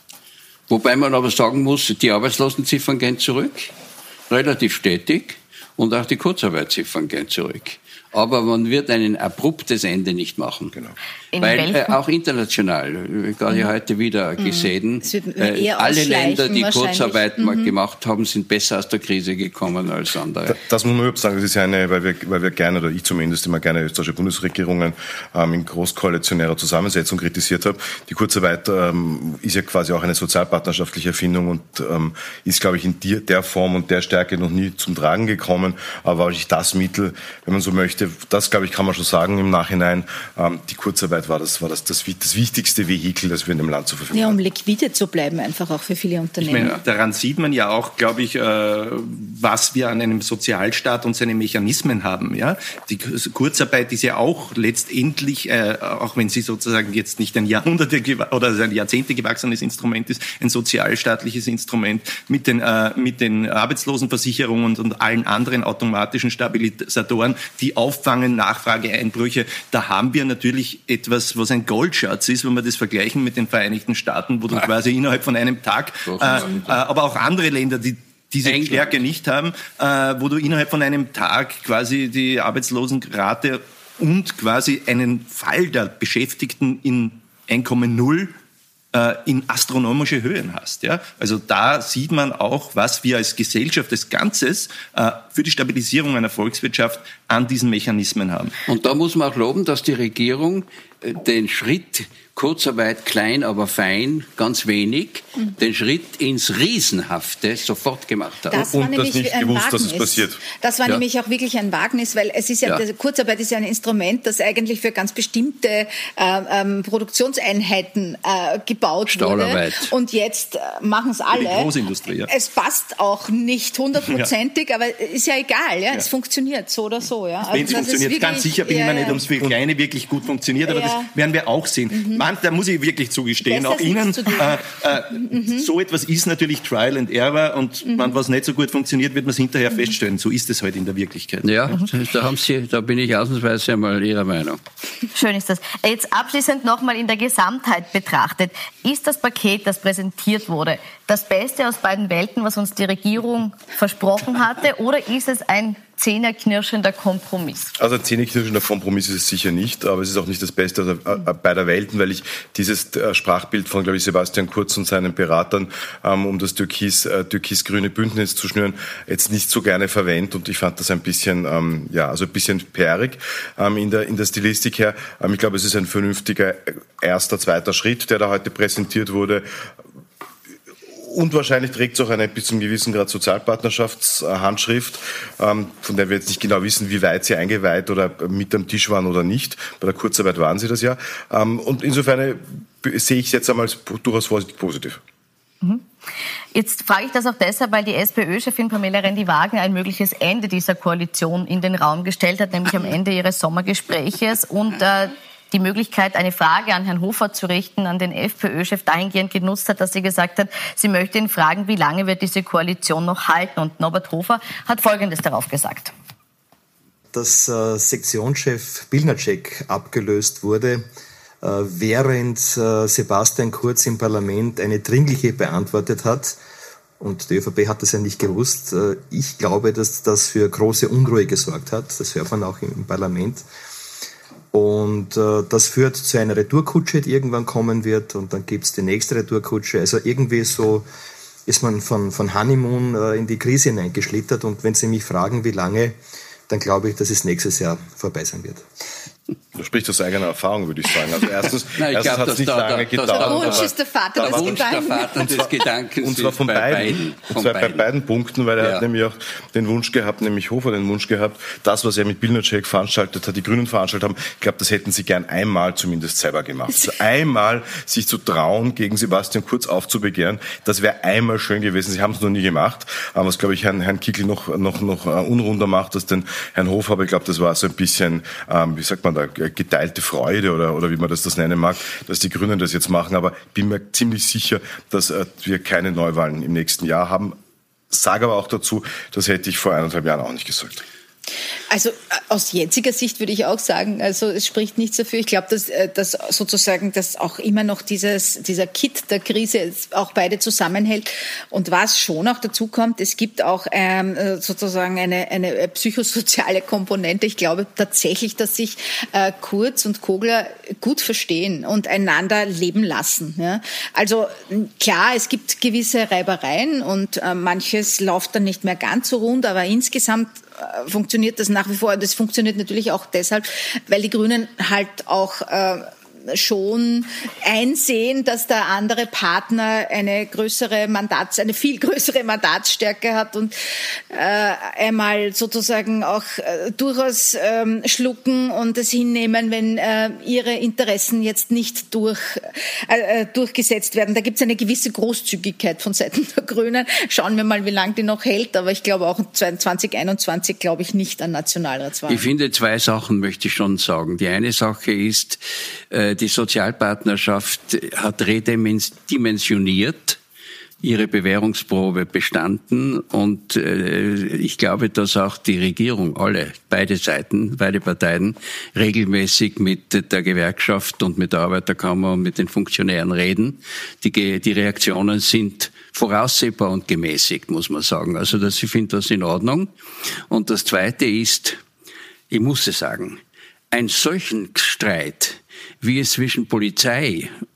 Wobei man aber sagen muss, die Arbeitslosenziffern gehen zurück, relativ stetig, und auch die Kurzarbeitsziffern gehen zurück. Aber man wird ein abruptes Ende nicht machen. Genau. Weil äh, auch international, gerade mhm. heute wieder gesehen, äh, alle Länder, die Kurzarbeit mhm. gemacht haben, sind besser aus der Krise gekommen als andere. Das, das muss man überhaupt sagen, das ist eine, weil wir, weil wir gerne, oder ich zumindest immer gerne österreichische Bundesregierungen ähm, in großkoalitionärer Zusammensetzung kritisiert habe. Die Kurzarbeit ähm, ist ja quasi auch eine sozialpartnerschaftliche Erfindung und ähm, ist, glaube ich, in die, der Form und der Stärke noch nie zum Tragen gekommen. Aber war das Mittel, wenn man so möchte, das, glaube ich, kann man schon sagen im Nachhinein, ähm, die Kurzarbeit war das, war das, das, das wichtigste Vehikel, das wir in dem Land zur Verfügung haben. Ja, um liquide zu bleiben, einfach auch für viele Unternehmen. Ich meine, daran sieht man ja auch, glaube ich, äh, was wir an einem Sozialstaat und seine Mechanismen haben. Ja? Die Kurzarbeit ist ja auch letztendlich, äh, auch wenn sie sozusagen jetzt nicht ein Jahrhunderte oder ein Jahrzehnte gewachsenes Instrument ist, ein sozialstaatliches Instrument mit den, äh, mit den Arbeitslosenversicherungen und, und allen anderen automatischen Stabilisatoren, die auffangen Nachfrageeinbrüche. Da haben wir natürlich etwas, was ein Goldschatz ist, wenn wir das vergleichen mit den Vereinigten Staaten, wo du quasi innerhalb von einem Tag, äh, äh, aber auch andere Länder, die diese England. Stärke nicht haben, äh, wo du innerhalb von einem Tag quasi die Arbeitslosenrate und quasi einen Fall der Beschäftigten in Einkommen Null in astronomische Höhen hast. Ja? Also da sieht man auch, was wir als Gesellschaft als Ganzes äh, für die Stabilisierung einer Volkswirtschaft an diesen Mechanismen haben. Und da muss man auch loben, dass die Regierung äh, den Schritt Kurzarbeit klein, aber fein, ganz wenig, mhm. den Schritt ins Riesenhafte sofort gemacht haben. Das war und nämlich das nicht ein gewusst, Wagnis. dass es passiert. Das war ja. nämlich auch wirklich ein Wagnis, weil es ist ja, ja. Kurzarbeit ist ja ein Instrument, das eigentlich für ganz bestimmte äh, ähm, Produktionseinheiten äh, gebaut Stahlarbeit. wurde. Und jetzt äh, machen es alle. Die Großindustrie, ja. Es passt auch nicht hundertprozentig, ja. aber ist ja egal. Ja? ja. Es funktioniert so oder so. Ja? Wenn es also, funktioniert, wirklich, ganz sicher bin ja, ich mir nicht, ja. ob es für Kleine wirklich gut funktioniert, aber ja. das werden wir auch sehen. Mhm. Man, da muss ich wirklich zugestehen, Besser auch Ihnen, zu äh, äh, mhm. so etwas ist natürlich Trial and Error und mhm. wenn was nicht so gut funktioniert, wird man es hinterher mhm. feststellen. So ist es halt in der Wirklichkeit. Ja, mhm. da, haben Sie, da bin ich ausnahmsweise einmal Ihrer Meinung. Schön ist das. Jetzt abschließend nochmal in der Gesamtheit betrachtet. Ist das Paket, das präsentiert wurde, das Beste aus beiden Welten, was uns die Regierung versprochen hatte, oder ist es ein zähneknirschender Kompromiss? Also ein zähneknirschender Kompromiss ist es sicher nicht, aber es ist auch nicht das Beste beider Welten, weil ich dieses Sprachbild von, glaube ich, Sebastian Kurz und seinen Beratern, ähm, um das türkis, äh, türkis-grüne Bündnis zu schnüren, jetzt nicht so gerne verwende, und ich fand das ein bisschen, ähm, ja, also ein bisschen perrig ähm, in der, in der Stilistik her. Ähm, ich glaube, es ist ein vernünftiger erster, zweiter Schritt, der da heute präsentiert wurde. Und wahrscheinlich trägt es auch eine bis zum gewissen Grad Sozialpartnerschaftshandschrift, ähm, von der wir jetzt nicht genau wissen, wie weit sie eingeweiht oder mit am Tisch waren oder nicht. Bei der Kurzarbeit waren sie das ja. Ähm, und insofern sehe ich es jetzt einmal als durchaus vorsichtig positiv. Mhm. Jetzt frage ich das auch deshalb, weil die SPÖ-Chefin Pamela Rendi-Wagner ein mögliches Ende dieser Koalition in den Raum gestellt hat, nämlich am Ende ihres Sommergespräches, und äh, die Möglichkeit, eine Frage an Herrn Hofer zu richten, an den FPÖ-Chef dahingehend genutzt hat, dass sie gesagt hat, sie möchte ihn fragen, wie lange wird diese Koalition noch halten. Und Norbert Hofer hat Folgendes darauf gesagt. Dass äh, Sektionschef Bilnacek abgelöst wurde, äh, während äh, Sebastian Kurz im Parlament eine Dringliche beantwortet hat. Und die ÖVP hat das ja nicht gewusst. Äh, ich glaube, dass das für große Unruhe gesorgt hat. Das hört man auch im, im Parlament. Und äh, das führt zu einer Retourkutsche, die irgendwann kommen wird, und dann gibt's die nächste Retourkutsche. Also irgendwie so ist man von, von Honeymoon äh, in die Krise hineingeschlittert, und wenn Sie mich fragen, wie lange, dann glaube ich, dass es nächstes Jahr vorbei sein wird. Du sprichst aus eigener Erfahrung, würde ich sagen. Also erstens, Nein, erstens hat es nicht da, lange da, gedauert. Der Wunsch ist der Vater des Wunsch der Gedankens. Vater des Gedankens. Und zwar von bei beiden. beiden. Und von zwar beiden. bei beiden Punkten, weil er ja. hat nämlich auch den Wunsch gehabt, nämlich Hofer den Wunsch gehabt, das, was er mit Bilnacek veranstaltet hat, die Grünen veranstaltet haben, ich glaube, das hätten sie gern einmal zumindest selber gemacht. Also einmal sich zu trauen, gegen Sebastian Kurz aufzubegehren, das wäre einmal schön gewesen. Sie haben es noch nie gemacht, aber was, glaube ich, Herrn, Herrn Kickl noch, noch, noch unrunder macht als den Herrn Hofer. Aber ich glaube, das war so ein bisschen, ähm, wie sagt man da, geteilte Freude oder, oder wie man das, das nennen mag, dass die Grünen das jetzt machen. Aber ich bin mir ziemlich sicher, dass äh, wir keine Neuwahlen im nächsten Jahr haben. Sage aber auch dazu, das hätte ich vor eineinhalb Jahren auch nicht gesagt. Also aus jetziger Sicht würde ich auch sagen, also es spricht nichts dafür. Ich glaube, dass, dass sozusagen dass auch immer noch dieses, dieser Kit der Krise auch beide zusammenhält. Und was schon auch dazu kommt, es gibt auch ähm, sozusagen eine, eine psychosoziale Komponente. Ich glaube tatsächlich, dass sich äh, Kurz und Kogler gut verstehen und einander leben lassen. Ja? Also klar, es gibt gewisse Reibereien und äh, manches läuft dann nicht mehr ganz so rund, aber insgesamt funktioniert das nach wie vor. Das funktioniert natürlich auch deshalb, weil die Grünen halt auch äh, schon einsehen, dass der andere Partner eine größere Mandats, eine viel größere Mandatsstärke hat und äh, einmal sozusagen auch äh, durchaus ähm, schlucken und es hinnehmen, wenn äh, ihre Interessen jetzt nicht durch, äh, durchgesetzt werden. Da gibt es eine gewisse Großzügigkeit von Seiten der Grünen. Schauen wir mal, wie lange die noch hält. Aber ich glaube auch zwanzig einundzwanzig glaube ich nicht an Nationalratswahlen. Ich finde, zwei Sachen möchte ich schon sagen. Die eine Sache ist, äh, die Sozialpartnerschaft hat redimensioniert, ihre Bewährungsprobe bestanden und äh, ich glaube, dass auch die Regierung, alle, beide Seiten, beide Parteien regelmäßig mit der Gewerkschaft und mit der Arbeiterkammer und mit den Funktionären reden. Die, die Reaktionen sind voraussehbar und gemäßigt, muss man sagen. Also das, ich finde das in Ordnung. Und das Zweite ist, ich muss es sagen, einen solchen Streit, wie es zwischen Polizei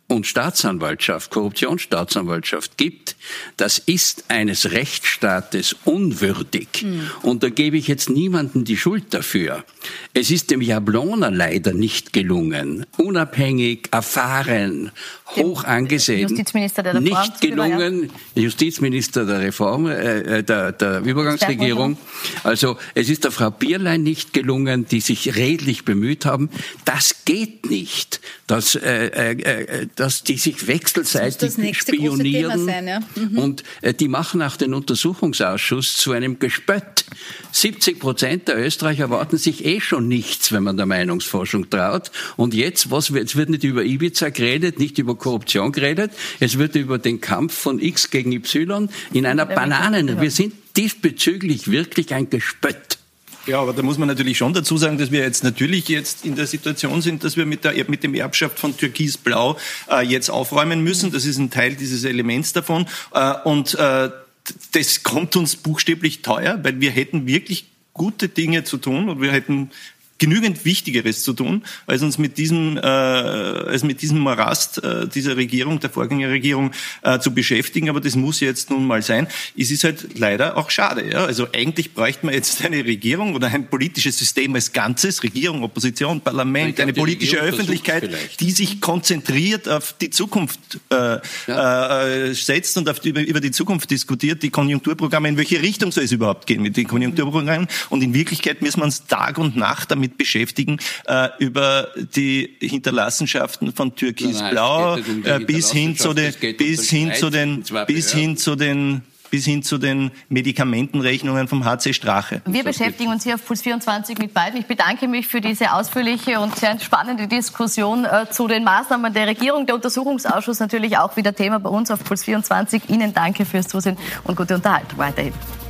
und Staatsanwaltschaft, Korruptionsstaatsanwaltschaft gibt, das ist eines Rechtsstaates unwürdig. Mhm. Und da gebe ich jetzt niemandem die Schuld dafür. Es ist dem Jablona leider nicht gelungen, unabhängig, erfahren, hoch angesehen, Justizminister der Reform, nicht gelungen, Justizminister der Reform, äh, der, der Übergangsregierung. Also es ist der Frau Bierlein nicht gelungen, die sich redlich bemüht haben. Das geht nicht, dass, äh, äh, dass die sich wechselseitig das spionieren. Sein, ja. Mhm. Und äh, die machen auch den Untersuchungsausschuss zu einem Gespött. siebzig Prozent der Österreicher erwarten sich eh schon nichts, wenn man der Meinungsforschung traut. Und jetzt, was, jetzt wird nicht über Ibiza geredet, nicht über Korruption geredet, es wird über den Kampf von X gegen Y in einer Bananen. Wir sind diesbezüglich wirklich ein Gespött. Ja, aber da muss man natürlich schon dazu sagen, dass wir jetzt natürlich jetzt in der Situation sind, dass wir mit der mit dem Erbschaft von Türkis-Blau äh, jetzt aufräumen müssen. Das ist ein Teil dieses Elements davon. Äh, und äh, das kommt uns buchstäblich teuer, weil wir hätten wirklich gute Dinge zu tun und wir hätten genügend Wichtigeres zu tun, als uns mit diesem, äh, als mit diesem Morast äh, dieser Regierung, der Vorgängerregierung, äh, zu beschäftigen. Aber das muss jetzt nun mal sein. Es ist halt leider auch schade. Ja? Also eigentlich bräuchte man jetzt eine Regierung oder ein politisches System als Ganzes, Regierung, Opposition, Parlament, eine politische Öffentlichkeit, die sich konzentriert auf die Zukunft äh, ja. äh, setzt und auf die, über die Zukunft diskutiert, die Konjunkturprogramme, in welche Richtung soll es überhaupt gehen mit den Konjunkturprogrammen. Und in Wirklichkeit müssen wir uns Tag und Nacht damit beschäftigen, äh, über die Hinterlassenschaften von Türkis-Blau um äh, bis hin zu den, bis hin zu den, bis hin zu den bis hin zu den Medikamentenrechnungen vom H C Strache. Wir beschäftigen uns hier auf Puls vierundzwanzig mit beiden. Ich bedanke mich für diese ausführliche und sehr spannende Diskussion äh, zu den Maßnahmen der Regierung. Der Untersuchungsausschuss natürlich auch wieder Thema bei uns auf Puls vierundzwanzig. Ihnen danke fürs Zusehen und gute Unterhaltung weiterhin.